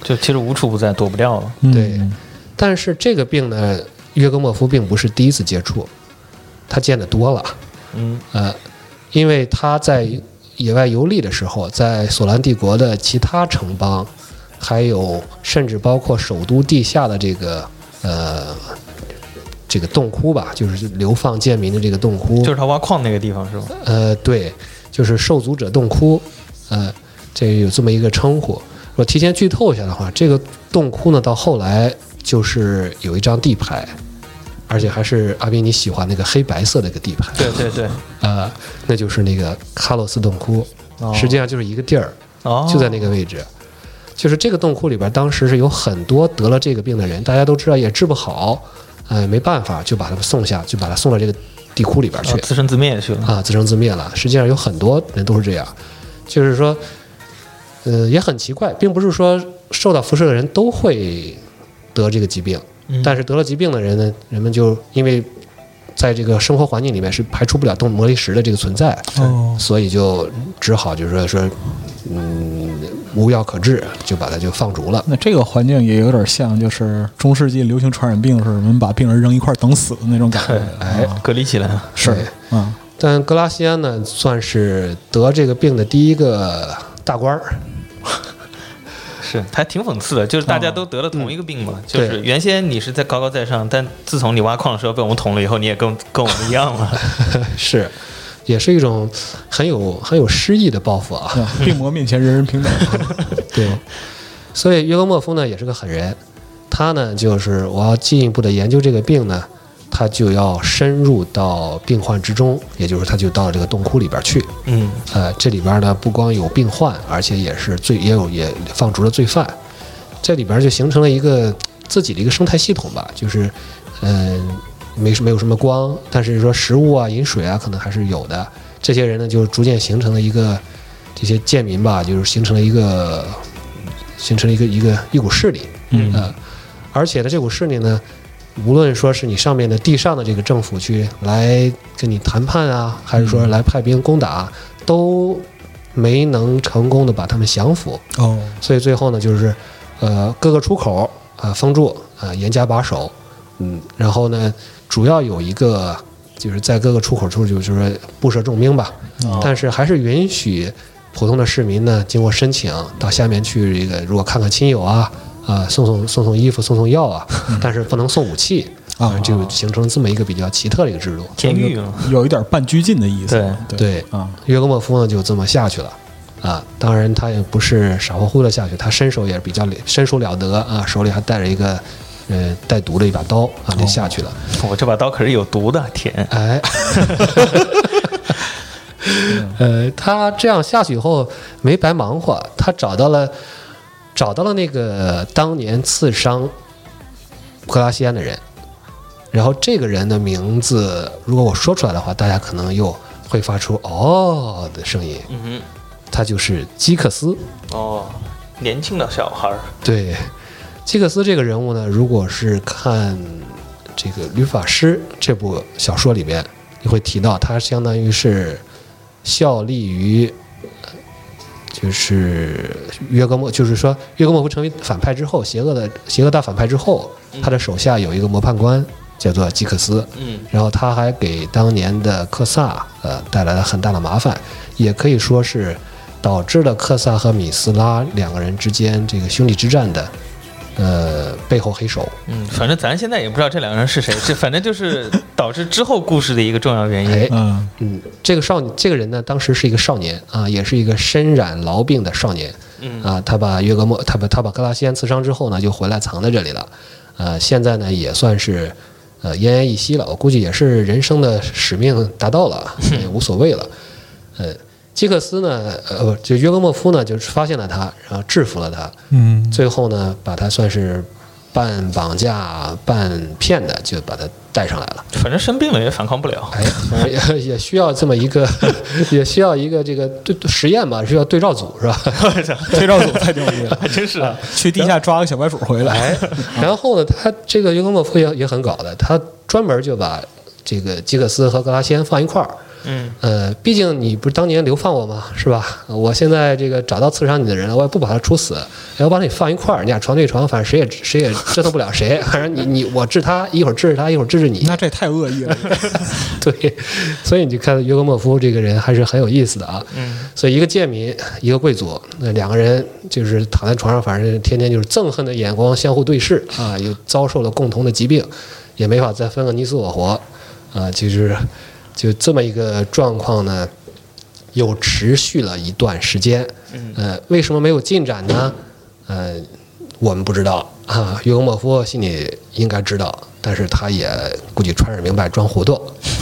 就其实无处不在，躲不掉了。 对， 嗯但是这个病呢，约格莫夫并不是第一次接触，他见得多了。 嗯， 呃，因为他在野外游历的时候，在索兰帝国的其他城邦，还有甚至包括首都地下的这个呃这个洞窟吧，就是流放贱民的这个洞窟， 就是他挖矿那个地方是吗？ 呃，对，就是受阻者洞窟，呃，这有这么一个称呼。我提前剧透一下的话，这个洞窟呢，到后来就是有一张地牌，而且还是阿斌你喜欢那个黑白色的一个地牌， 对对对， 呃，那就是那个喀洛斯洞窟， 哦实际上就是一个地儿， 哦， 就在那个位置。就是这个洞窟里边，当时是有很多得了这个病的人，大家都知道也治不好，呃，没办法，就把他们送下，就把他送到这个地窟里边去， 哦自生自灭去了。 啊，自生自灭了。实际上有很多人都是这样，就是说，呃，也很奇怪，并不是说受到辐射的人都会得这个疾病， 嗯但是得了疾病的人呢，人们就因为在这个生活环境里面是排除不了动魔力石的这个存在， 哦， 所以就只好就是说说，嗯，无药可治，就把它就放逐了。 那这个环境也有点像，就是中世纪流行传染病似的，我们把病人扔一块儿等死的那种感觉。 哎啊隔离起来了。 是对啊， 但格拉西安呢，算是得这个病的第一个大官儿。 是，还挺讽刺的，就是大家都得了同一个病嘛，就是原先你是在高高在上，但自从你挖矿的时候被我们捅了以后，你也跟跟我们一样了。 是，也是一种很有很有诗意的报复啊。 啊病魔面前人人平等。 对，所以约格莫夫呢也是个狠人，他呢就是我要进一步的研究这个病呢，他就要深入到病患之中，也就是他就到这个洞窟里边去。 嗯， 呃，这里边呢不光有病患，而且也是罪也有也放逐了罪犯，这里边就形成了一个自己的一个生态系统吧，就是嗯、呃、没没有什么光，但是说食物啊、饮水啊可能还是有的。这些人呢就逐渐形成了一个这些贱民吧，就是形成了一个形成了一个一个一股势力。 嗯呃，而且呢这股势力呢，无论说是你上面的地上的这个政府去来跟你谈判啊，还是说来派兵攻打，都没能成功的把他们降服。 哦， 所以最后呢，就是呃各个出口啊、呃、封住啊、呃、严加把守，嗯，然后呢主要有一个就是在各个出口处就是说布设重兵吧， 哦但是还是允许普通的市民呢经过申请到下面去这个如果看看亲友啊。啊，送送送送衣服，送送药啊，但是不能送武器啊就形成这么一个比较奇特的一个制度。 监狱嘛。 有一点半拘禁的意思。 对对啊， 约格莫夫呢就这么下去了，啊，当然他也不是傻乎乎的下去，他身手也是比较身手了得啊，手里还带着一个呃带毒的一把刀啊，就下去了。 我这把刀可是有毒的，天！ 哎，呃，他这样下去以后没白忙活，他找到了。找到了那个当年刺伤格拉西安的人，然后这个人的名字，如果我说出来的话，大家可能又会发出“哦”的声音。 嗯哼， 他就是基克斯。 哦，年轻的小孩儿。 对，基克斯这个人物呢，如果是看这个《律法师》这部小说里边，你会提到他相当于是效力于。就是约格莫，就是说约格莫夫成为反派之后，邪恶的邪恶大反派之后，他的手下有一个谋叛官叫做基克斯， 嗯， 然后他还给当年的克萨呃带来了很大的麻烦，也可以说是导致了克萨和米斯拉两个人之间这个兄弟之战的呃背后黑手。 嗯，反正咱现在也不知道这两个人是谁，这反正就是导致之后故事的一个重要原因。 哎， 嗯嗯，这个少这个人呢，当时是一个少年啊，也是一个身染痨病的少年。 嗯啊，他把约格莫，他把他把格拉西安刺伤之后呢，就回来藏在这里了。呃，现在呢也算是呃奄奄一息了。我估计也是人生的使命达到了，也无所谓了。呃，基克斯呢，呃，就约格莫夫呢，就是发现了他，然后制服了他。 嗯， 最后呢，把他算是半绑架半骗的，就把他带上来了。 反正生病了也反抗不了。 哎，也也需要这么一个，也需要一个这个对实验吧，需要对照组是吧？ 对照组太牛逼了， 还真是啊。 去地下抓个小白鼠回来。 哎，然后呢，他这个约格莫夫也也很搞的，他专门就把这个基克斯和格拉西安放一块儿， 嗯，呃，毕竟你不是当年流放我吗？是吧？我现在这个找到刺伤你的人了，我也不把他处死，我把你放一块儿，你俩床对床，反正谁也谁也折腾不了谁。反正你你我治他，一会儿治治他，一会儿治治你。 那这也太恶意了。 对，所以你就看约格莫夫这个人还是很有意思的啊。嗯，所以一个贱民，一个贵族，那两个人就是躺在床上，反正天天就是憎恨的眼光相互对视啊，又遭受了共同的疾病，也没法再分个你死我活啊。其实就这么一个状况呢，又持续了一段时间。呃，为什么没有进展呢？呃，我们不知道啊。约格莫夫心里应该知道，但是他也估计揣着明白装糊涂。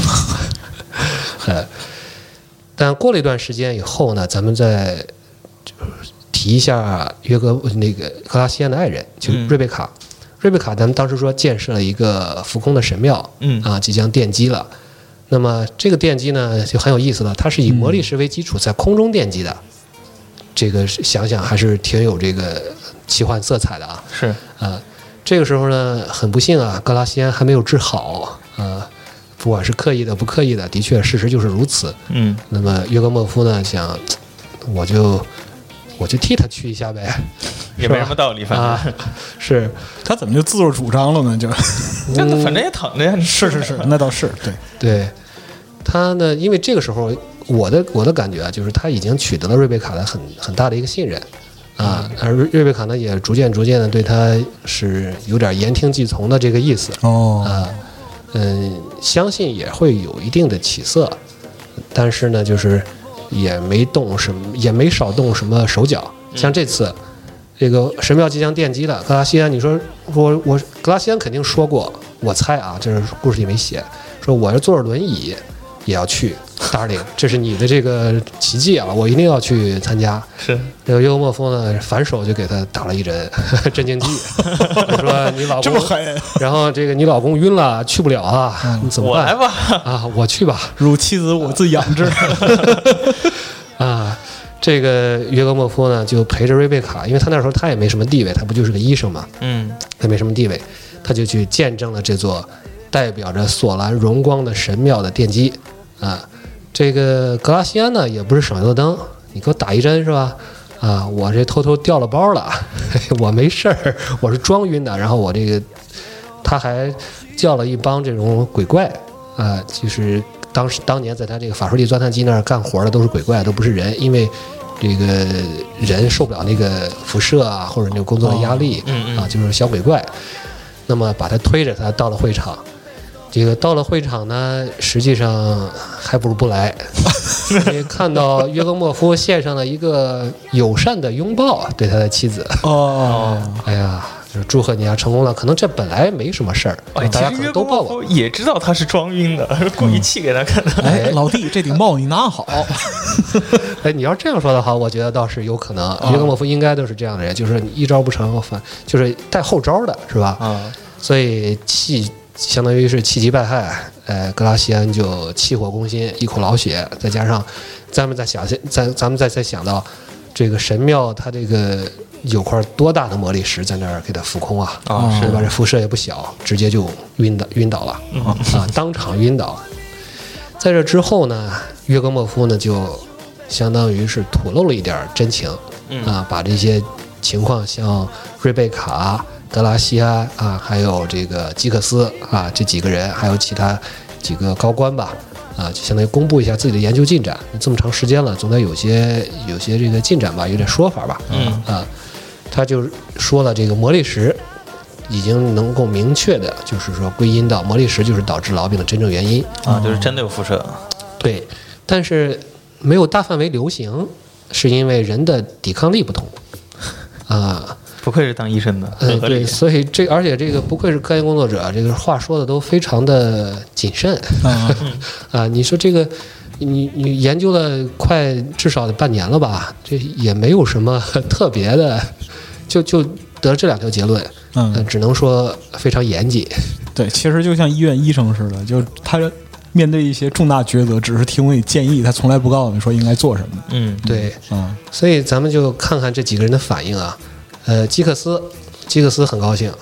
呃，但过了一段时间以后呢，咱们再提一下约格那个格拉西安的爱人，就是瑞贝卡。嗯、瑞贝卡，咱们当时说建设了一个浮空的神庙，嗯啊，即将奠基了。那么这个奠基呢，就很有意思了，它是以魔力石为基础，在空中奠基的。这个想想还是挺有这个奇幻色彩的啊。 是啊、 呃，这个时候呢，很不幸啊，格拉西安还没有治好啊、呃，不管是刻意的不刻意的，的确事实就是如此。嗯，那么约格莫夫呢，想我就我就替他去一下呗， 也没什么道理，反正、 啊、是他怎么就自作主张了呢？就真的，反正也躺着呀。 是是是，那倒是对对。他呢，因为这个时候我的我的感觉啊，就是他已经取得了瑞贝卡的很很大的一个信任啊，而瑞瑞贝卡呢也逐渐逐渐的对他是有点言听计从的这个意思哦啊，嗯，相信也会有一定的起色，但是呢，就是也没动什么，也没少动什么手脚。像这次这个神庙即将奠基了，格拉西安，你说我我格拉西安肯定说过，我猜啊，这是故事里没写，说我要坐着轮椅也要去 ，darling， 这是你的这个奇迹啊，我一定要去参加。 是这个约格莫夫呢，反手就给他打了一针镇静剂，说你老公这么狠， 然后这个你老公晕了，去不了啊，嗯、你怎么办？ 我来吧， 啊，我去吧， 如妻子我自养之。 啊，这个约格莫夫呢，就陪着瑞贝卡，因为他那时候他也没什么地位，他不就是个医生嘛，嗯，他没什么地位，他就去见证了这座代表着索兰荣光的神庙的奠基。啊，这个格拉西安呢也不是省油的灯，你给我打一针是吧？啊，我这偷偷掉了包了，我没事儿，我是装晕的。然后我这个他还叫了一帮这种鬼怪啊，就是当时当年在他这个法术力钻探机那儿干活的都是鬼怪，都不是人，因为这个人受不了那个辐射啊，或者那个工作的压力、哦嗯嗯、啊，就是小鬼怪。那么把他推着他到了会场。这个到了会场呢，实际上还不如不来。你看到约格莫夫献上了一个友善的拥抱，对他的妻子。 哦， 哎呀，就是祝贺你啊，成功了。可能这本来没什么事儿， 哎、 大家可能都抱我。 也知道他是装晕的，故意气给他看的。 哎，老弟，这顶帽你拿好。 哎，你要这样说的话，我觉得倒是有可能。哦、约格莫夫应该都是这样的人，就是你一招不成，反就是带后招的，是吧？啊、哦，所以气。相当于是气急败坏，呃，格拉西安就气火攻心，一口老血，再加上咱们再想，咱咱们再再想到这个神庙，它这个有块多大的魔力石在那儿给它浮空啊，啊，是吧？这辐射也不小，直接就晕倒晕倒了，啊，当场晕倒。在这之后呢，约格莫夫呢就相当于是吐露了一点真情，啊，把这些情况向瑞贝卡。德拉西安啊，还有这个基克斯啊，这几个人，还有其他几个高官吧，啊，就相当于公布一下自己的研究进展。这么长时间了，总得有些有些这个进展吧，有点说法吧。嗯啊，他就说了，这个魔力石已经能够明确的，就是说归因到魔力石就是导致痨病的真正原因啊，就是真的有辐射。 对，但是没有大范围流行，是因为人的抵抗力不同啊。 不愧是当医生的， 嗯，对，所以这而且这个不愧是科研工作者，这个话说的都非常的谨慎啊。啊，你说这个，你你研究了快至少得半年了吧？这也没有什么特别的，就就得这两条结论，嗯，只能说非常严谨。 对，其实就像医院医生似的，就他面对一些重大抉择，只是提供你建议，他从来不告诉你说应该做什么。 嗯，对，嗯，所以咱们就看看这几个人的反应啊。呃，基克斯，基克斯很高兴，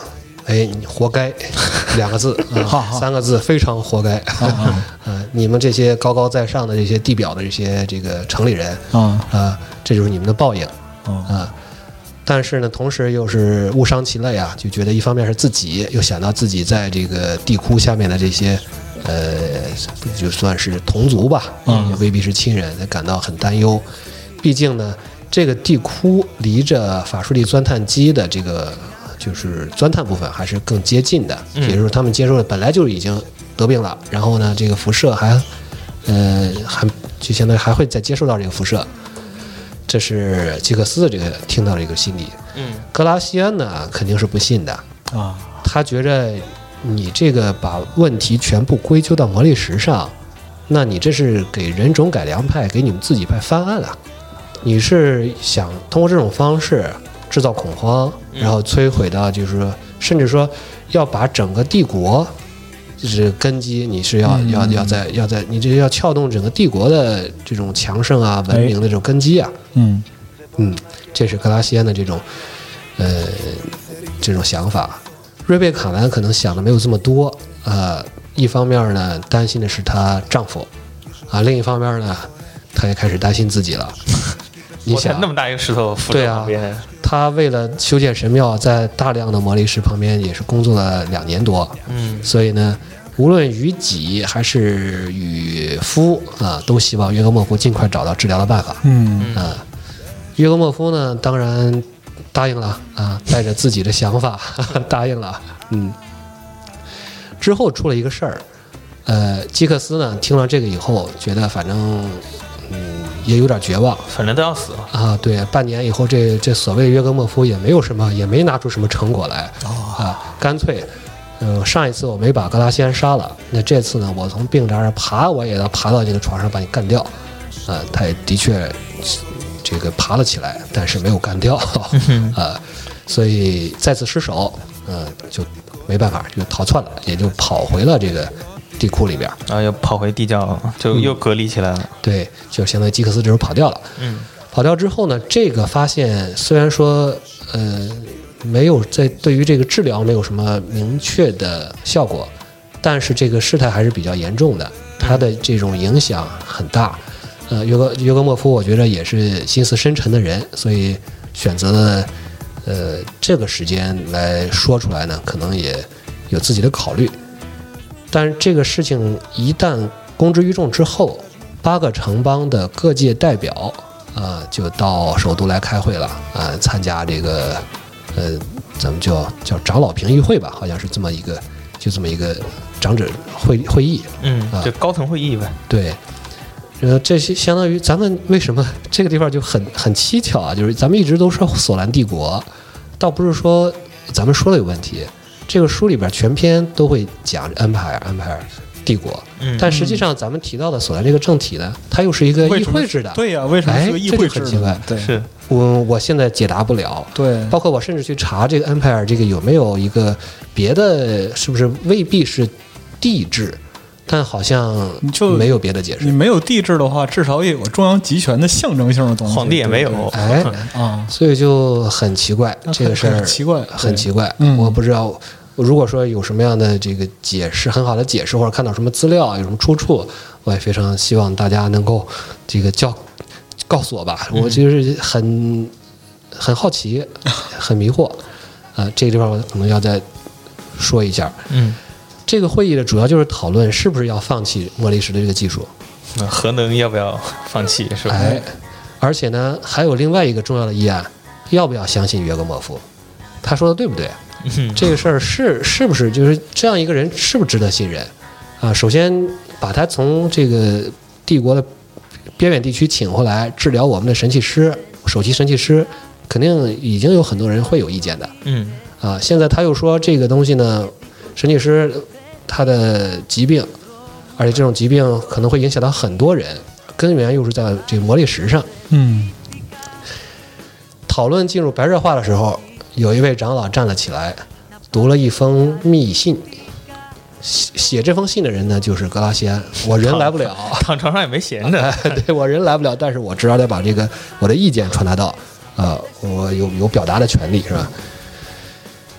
哎，你活该，两个字啊，三个字，非常活该。啊、呃，你们这些高高在上的这些地表的这些这个城里人啊啊，这就是你们的报应啊。但是呢，同时又是误伤其类啊，就觉得一方面是自己，又想到自己在这个地窟下面的这些，呃，就算是同族吧，嗯，也未必是亲人，他感到很担忧。毕竟呢，这个地窟离着法术力钻探机的这个。就是钻探部分还是更接近的，也就是说他们接受的本来就已经得病了，然后呢，这个辐射还，呃，还就相当于还会再接受到这个辐射，这是吉克斯的这个听到的一个心理。嗯，格拉西安呢肯定是不信的啊，他觉着你这个把问题全部归咎到魔力石上，那你这是给人种改良派给你们自己派翻案了，你是想通过这种方式。制造恐慌，然后摧毁到，就是说，甚至说要把整个帝国，就是根基，你是要、嗯、要要在要在你这要撬动整个帝国的这种强盛啊、文明的这种根基啊。嗯嗯，这是格拉西安的这种呃这种想法。瑞贝卡呢，可能想的没有这么多。呃，一方面呢，担心的是她丈夫，啊，另一方面呢，她也开始担心自己了。你想那么大一个石头浮在旁边。 对啊，他为了修建神庙，在大量的魔力石旁边也是工作了两年多。嗯，所以呢，无论与己还是与夫啊，都希望约格莫夫尽快找到治疗的办法。嗯啊，约格莫夫呢，当然答应了啊，带着自己的想法呵呵答应了。嗯，之后出了一个事儿，呃，基克斯呢听了这个以后，觉得反正。嗯，也有点绝望， 反正都要死了啊！对，半年以后，这这所谓约格莫夫也没有什么，也没拿出什么成果来、哦、啊！干脆，嗯、呃，上一次我没把格拉西安杀了，那这次呢，我从病床上爬，我也要爬到这个床上把你干掉。啊，他也的确这个爬了起来，但是没有干掉啊，所以再次失手，嗯、呃，就没办法，就逃窜了，也就跑回了这个。地库里边， 然后又跑回地窖，就又隔离起来了。 嗯、对，就相当于基克斯这时候跑掉了。嗯，跑掉之后呢，这个发现虽然说，呃，没有在对于这个治疗没有什么明确的效果，但是这个事态还是比较严重的，它的这种影响很大。呃，约格约格莫夫，我觉得也是心思深沉的人，所以选择了呃这个时间来说出来呢，可能也有自己的考虑。但是这个事情一旦公之于众之后，八个城邦的各界代表啊、呃，就到首都来开会了啊、呃，参加这个呃，咱们叫叫长老评议会吧，好像是这么一个，就这么一个长者会会议， 嗯，啊、就高层会议呗。 对，呃，这些相当于咱们为什么这个地方就很很蹊跷啊？就是咱们一直都说索兰帝国，倒不是说咱们说的有问题。这个书里边全篇都会讲安排尔安排尔帝国，嗯、但实际上咱们提到的索兰这个政体呢，它又是一个议会制的。 对呀、啊，为什么是个议会制？ 很奇怪。 对， 是我我现在解答不了。 对， 包括我甚至去查这个安排尔这个有没有一个别的，是不是未必是帝制？但好像就没有别的解释。 你没有帝制的话，至少也有中央集权的象征性的东西。 皇帝也没有， 哎啊，所以就很奇怪，这个事儿奇怪， 很奇怪。我不知道，如果说有什么样的这个解释，很好的解释，或者看到什么资料，有什么出处，我也非常希望大家能够这个教告诉我吧。我就是很很好奇，很迷惑啊。这个地方我可能要再说一下。嗯。这个会议的主要就是讨论是不是要放弃莫里什的这个技术， 那核能要不要放弃，是吧？ 哎，而且呢，还有另外一个重要的议案，要不要相信约格莫夫？他说的对不对？嗯、这个事儿是是不是就是这样一个人是不是值得信任啊？首先把他从这个帝国的边远地区请回来治疗我们的神器师，首席神器师，肯定已经有很多人会有意见的。嗯啊，现在他又说这个东西呢，神器师。他的疾病，而且这种疾病可能会影响到很多人，根源又是在这个魔力石上。嗯，讨论进入白热化的时候，有一位长老站了起来，读了一封密信。写这封信的人呢，就是格拉西安。我人来不了， 躺床上也没闲着。 哎、对我人来不了，但是我至少得把这个我的意见传达到，呃，我有有表达的权利，是吧？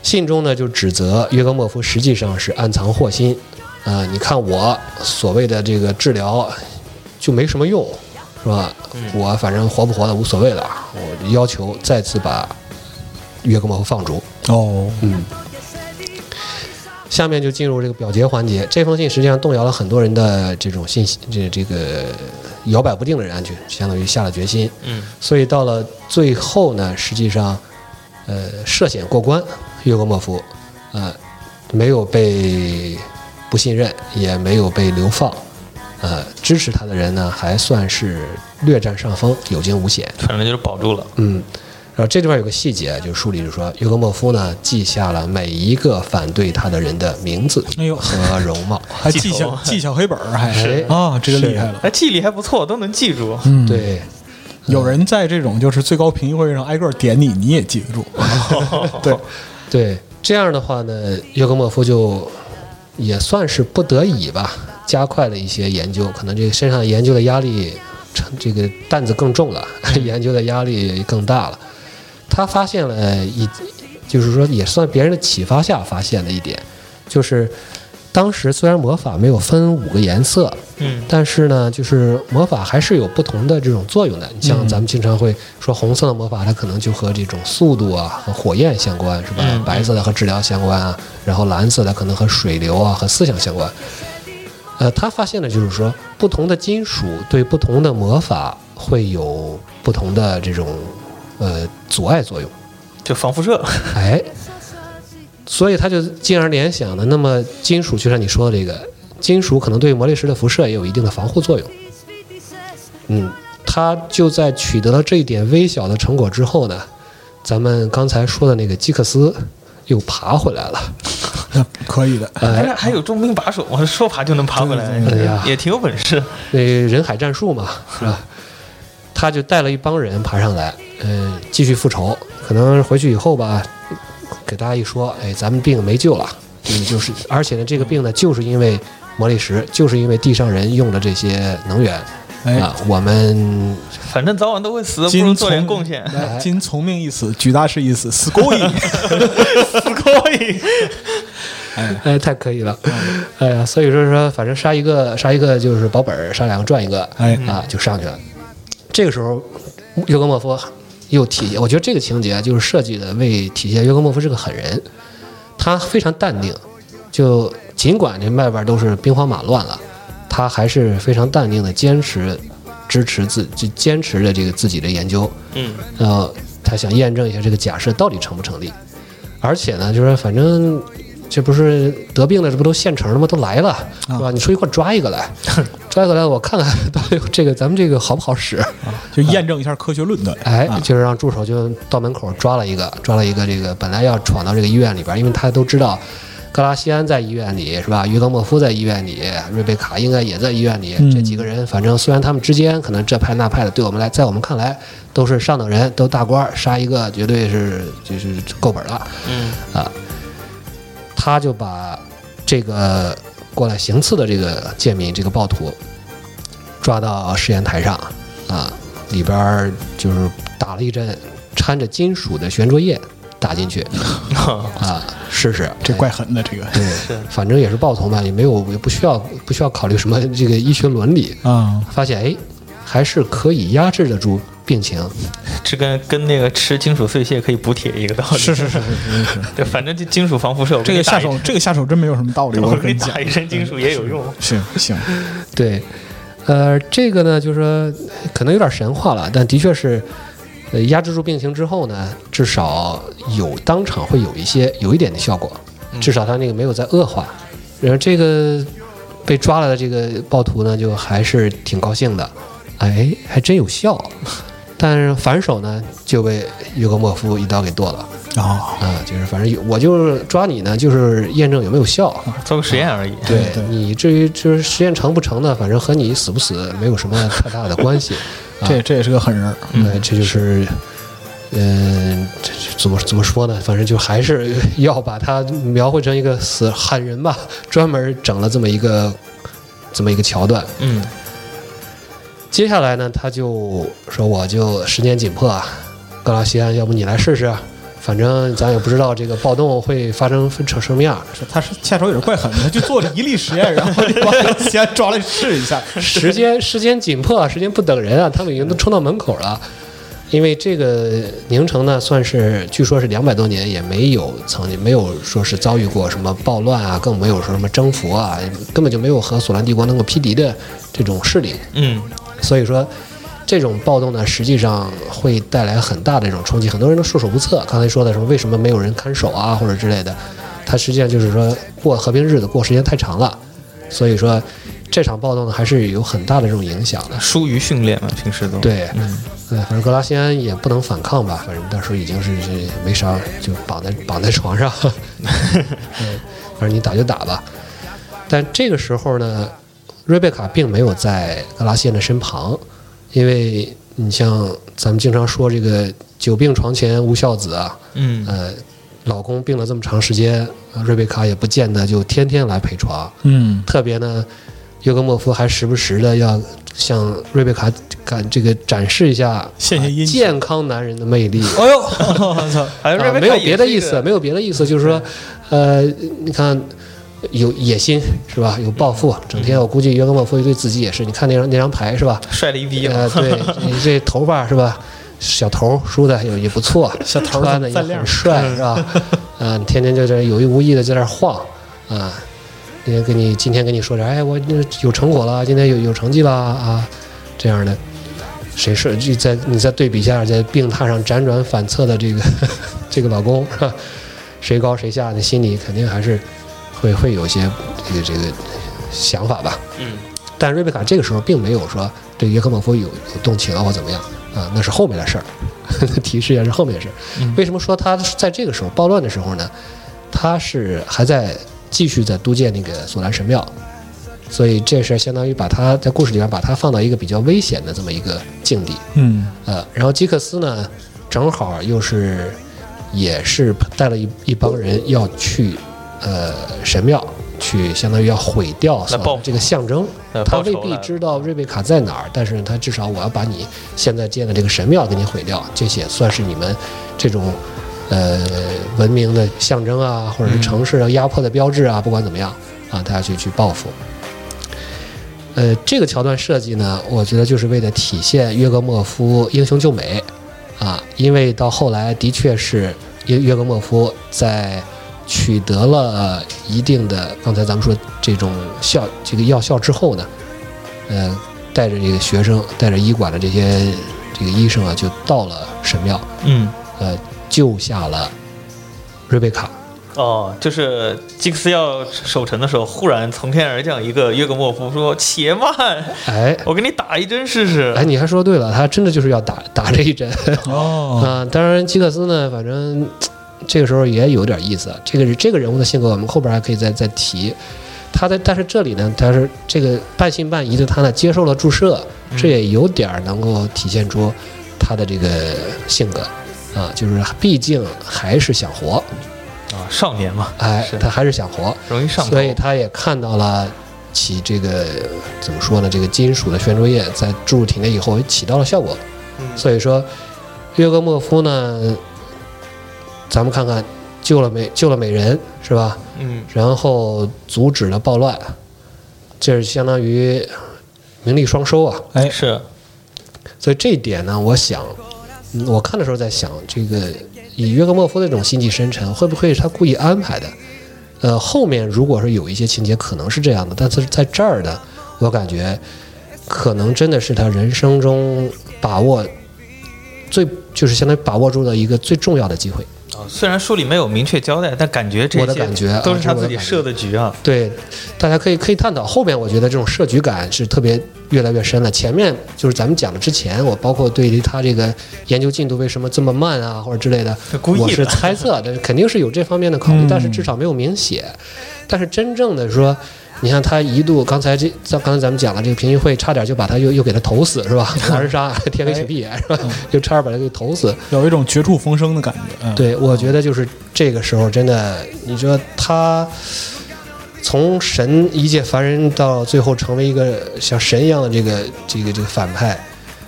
信中呢就指责约格莫夫实际上是暗藏祸心，啊、呃，你看我所谓的这个治疗就没什么用，是吧？嗯、我反正活不活的无所谓了，我要求再次把约格莫夫放逐。 哦， 嗯。下面就进入这个表决环节。这封信实际上动摇了很多人的这种信息，这这个摇摆不定的人安全，相当于下了决心。 嗯， 所以到了最后呢，实际上，呃，涉险过关，约格莫夫，呃，没有被不信任，也没有被流放，呃，支持他的人呢，还算是略占上风，有惊无险。 反正就是保住了。 嗯。然后这地方有个细节，就是书里就说，约格莫夫呢记下了每一个反对他的人的名字和容貌， 还记小记小黑本儿，还是啊，这个厉害了， 哎，记忆力还不错，都能记住。 嗯， 对， 有人在这种就是最高评议会上挨个点你，你也记得住。对对，这样的话呢，约格莫夫就也算是不得已吧，加快了一些研究，可能这个身上研究的压力，这个担子更重了，研究的压力更大了。他发现了一，就是说也算别人的启发下发现的一点，就是当时虽然魔法没有分五个颜色， 嗯， 但是呢，就是魔法还是有不同的这种作用的。你像咱们经常会说红色的魔法，它可能就和这种速度啊和火焰相关，是吧？ 嗯、 白色的和治疗相关啊，然后蓝色的可能和水流啊和思想相关。呃，他发现的就是说，不同的金属对不同的魔法会有不同的这种。呃，阻碍作用， 就防辐射。 哎，所以他就进而联想了。那么金属，就像你说的这个，金属可能对魔力石的辐射也有一定的防护作用。嗯，他就在取得了这一点微小的成果之后呢，咱们刚才说的那个基克斯又爬回来了。 可以的， 哎， 还有重兵把守，我说爬就能爬回来， 哎呀， 也挺有本事。 那人海战术嘛，是吧？他就带了一帮人爬上来，嗯、呃，继续复仇。可能回去以后吧，给大家一说，哎，咱们病没救了，嗯，就是，而且呢，这个病呢，就是因为魔力石，就是因为地上人用的这些能源， 哎、 啊，我们反正早晚都会死，不如做点贡献。 来，今从命一死，举大事一死，死过瘾， 死过瘾。 哎哎，太可以了，哎呀，所以说说，反正杀一个杀一个就是保本，杀两个赚一个， 哎啊，就上去了。这个时候，约格莫夫又体现，我觉得这个情节就是设计的为体现约格莫夫是个狠人，他非常淡定，就尽管这外边都是兵荒马乱了，他还是非常淡定的坚持支持自就坚持着这个自己的研究， 嗯， 呃，他想验证一下这个假设到底成不成立，而且呢，就是反正。这不是得病的，这不都现成的吗？都来了，是吧？你出去给我抓一个来，抓一个来，我看看到底这个咱们这个好不好使，啊、 就验证一下科学论断。 哎，就是让助手就到门口抓了一个，抓了一个这个本来要闯到这个医院里边，因为他都知道格拉西安在医院里，是吧？约格莫夫在医院里，瑞贝卡应该也在医院里。 嗯、 这几个人，反正虽然他们之间可能这派那派的，对我们来，在我们看来都是上等人，都大官，杀一个绝对是就是够本了。 嗯啊。他就把这个过来行刺的这个贱民，这个暴徒抓到实验台上啊，里边就是打了一针掺着金属的悬浊液打进去啊，试试。 这怪狠的，这个对，反正也是暴徒嘛，也没有也不需要不需要考虑什么这个医学伦理啊， 发现哎还是可以压制得住病情。 这跟跟那个吃金属碎屑可以补铁一个道理。 是是是是是， 对，反正这金属防辐射， 这个下手这个下手真没有什么道理。 我跟你讲， 打一针金属也有用。 行行， 对，呃，这个呢，就是说可能有点神话了，但的确是，呃，压制住病情之后呢，至少有当场会有一些有一点的效果，至少他那个没有在恶化。然后这个被抓了的这个暴徒呢，就还是挺高兴的，哎，还真有效。但是反手呢，就被约格莫夫一刀给剁了。 啊、 哦、啊，就是反正我就是抓你呢，就是验证有没有效， 做个实验而已。 对, 对你至于就是实验成不成呢，反正和你死不死没有什么太大的关系。啊、 这这也是个狠人。 嗯，这就是，嗯、呃，这怎么怎么说呢？反正就还是要把他描绘成一个死狠人吧，专门整了这么一个这么一个桥段。 嗯。 接下来呢，他就说：“我就时间紧迫啊，格拉西安，要不你来试试？ 反正咱也不知道这个暴动会发生成什么样。 是，他是下手也是怪狠的，他就做了一例实验，然后就把先抓来试一下。 时间时间紧迫，时间不等人啊，他们已经都冲到门口了。因为这个宁城呢，算是据说是两百多年也没有曾经没有说是遭遇过什么暴乱啊，更没有说什么征服啊，根本就没有和索兰帝国能够匹敌的这种势力。 嗯， 所以说这种暴动呢，实际上会带来很大的这种冲击，很多人都束手无策。刚才说的什么为什么没有人看守啊，或者之类的，它实际上就是说过和平日子过时间太长了，所以说这场暴动呢还是有很大的这种影响的。 疏于训练嘛，平时都对， 嗯。 对，反正格拉西安也不能反抗吧，反正那时候已经是是没啥，就绑在绑在床上，嗯，反正你打就打吧。但这个时候呢，瑞贝卡并没有在格拉西安的身旁，因为你像咱们经常说这个久病床前无孝子啊， 嗯， 呃，老公病了这么长时间，瑞贝卡也不见得就天天来陪床， 嗯， 特别呢，约格莫夫还时不时的要向瑞贝卡敢这个展示一下献献殷勤健康男人的魅力。 哎呦，我操！ 哎，瑞贝卡啊，没有别的意也是一个， 思没有别的意思，就是说，呃，你看有野心是吧？有抱负，整天我估计约格莫夫对自己也是，你看那张那张牌是吧？ 帅了一逼呃， 了。 对你这头发是吧？小头梳的也也不错， 小头穿的也锃亮很帅是吧？啊，你天天就这有意无意的在那儿晃啊。今天跟你今天跟你说点，哎，我有成果了，今天有有成绩了啊，这样的，谁是就在你再对比一下，在病榻上辗转反侧的这个这个老公是吧？谁高谁下，你心里肯定还是会会有些这个这个想法吧。 嗯， 但瑞贝卡这个时候并没有说对约克莫夫有有动情啊或怎么样啊，那是后面的事儿，提示也是后面的事儿。 嗯为什么说他在这个时候暴乱的时候呢？他是还在继续在督建那个索兰神庙，所以这事相当于把他在故事里面把他放到一个比较危险的这么一个境地。 嗯呃，然后基克斯呢，正好又是也是带了一一帮人要去呃神庙去，相当于要毁掉索兰这个象征。他未必知道瑞贝卡在哪儿，但是他至少我要把你现在建的这个神庙给你毁掉，这些算是你们这种呃文明的象征啊，或者是城市啊压迫的标志啊，不管怎么样啊，他要去去报复。呃，这个桥段设计呢，我觉得就是为了体现约格莫夫英雄救美啊，因为到后来的确是约约格莫夫在取得了一定的刚才咱们说这种效这个药效之后呢，呃，带着这个学生，带着医馆的这些这个医生啊，就到了神庙， 嗯， 呃，救下了瑞贝卡。 哦，就是基克斯要守城的时候，忽然从天而降一个约格莫夫，说：“且慢， 哎， 我给你打一针试试。” 哎，你还说对了，他真的就是要打打这一针。 哦啊，当然基克斯呢，反正这个时候也有点意思。这个这个人物的性格，我们后边还可以再再提。他的，但是这里呢，他是这个半信半疑的他呢，接受了注射，这也有点能够体现出他的这个性格啊，就是毕竟还是想活。 啊，少年嘛， 哎，他还是想活， 容易上头， 所以他也看到了起这个怎么说呢？这个金属的悬浊液在注入体内以后起到了效果， 嗯、 所以说约格莫夫呢，咱们看看救了美救了美人是吧？ 嗯， 然后阻止了暴乱，这是相当于名利双收啊。 哎， 是， 所以这一点呢，我想，我看的时候在想这个。以约格莫夫的这种心计深沉，会不会是他故意安排的？呃，后面如果是有一些情节可能是这样的，但是在这儿呢，我感觉可能真的是他人生中把握最就是相当于把握住的一个最重要的机会。 哦，虽然书里没有明确交代，但感觉这些我的感觉都是他自己设的局啊。 对，大家可以可以探讨。后面我觉得这种设局感是特别越来越深了。前面就是咱们讲的之前，我包括对于他这个研究进度为什么这么慢啊，或者之类的， 故意的我是猜测的，肯定是有这方面的考虑， 嗯、 但是至少没有明写。但是真正的说，你看他一度刚才这刚才咱们讲了这个评议会，差点就把他又又给他投死是吧？狼人杀天黑请闭眼是吧？又差点把他给投死， 有一种绝处逢生的感觉。嗯、 对，我觉得就是这个时候真的，你说他从神一介凡人到最后成为一个像神一样的这个这个这个反派，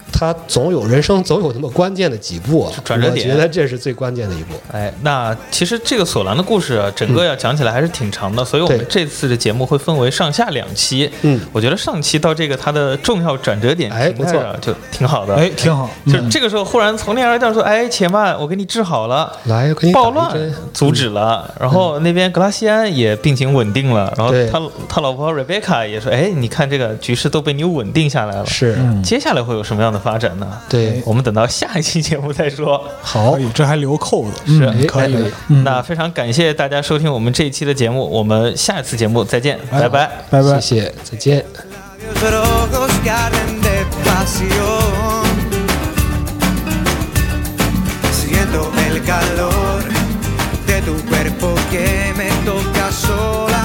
它总有人生总有那么关键的几步， 转折点， 我觉得这是最关键的一步。 哎，那其实这个索兰的故事啊，整个要讲起来还是挺长的，嗯、所以我们这次的节目会分为上下两期。 嗯， 我觉得上期到这个它的重要转折点， 哎，不错， 就挺好的， 哎，挺好。 就这个时候忽然从天而降说，哎，且慢，我给你治好了， 来，给你暴乱阻止了，嗯、然后那边格拉西安也病情稳定了，然后他他老婆 Rebecca 也说，哎，你看这个局势都被你稳定下来了， 是， 嗯、 接下来会有什么样的发展呢？ 对， 我们等到下一期节目再说。 好， 这还留扣子， 是、 嗯、可以。 嗯、那非常感谢大家收听我们这一期的节目，我们下一次节目再见，哎、拜拜， 拜拜， 谢谢，再见。 Siento el calor de tu cuerpo que me toca sola.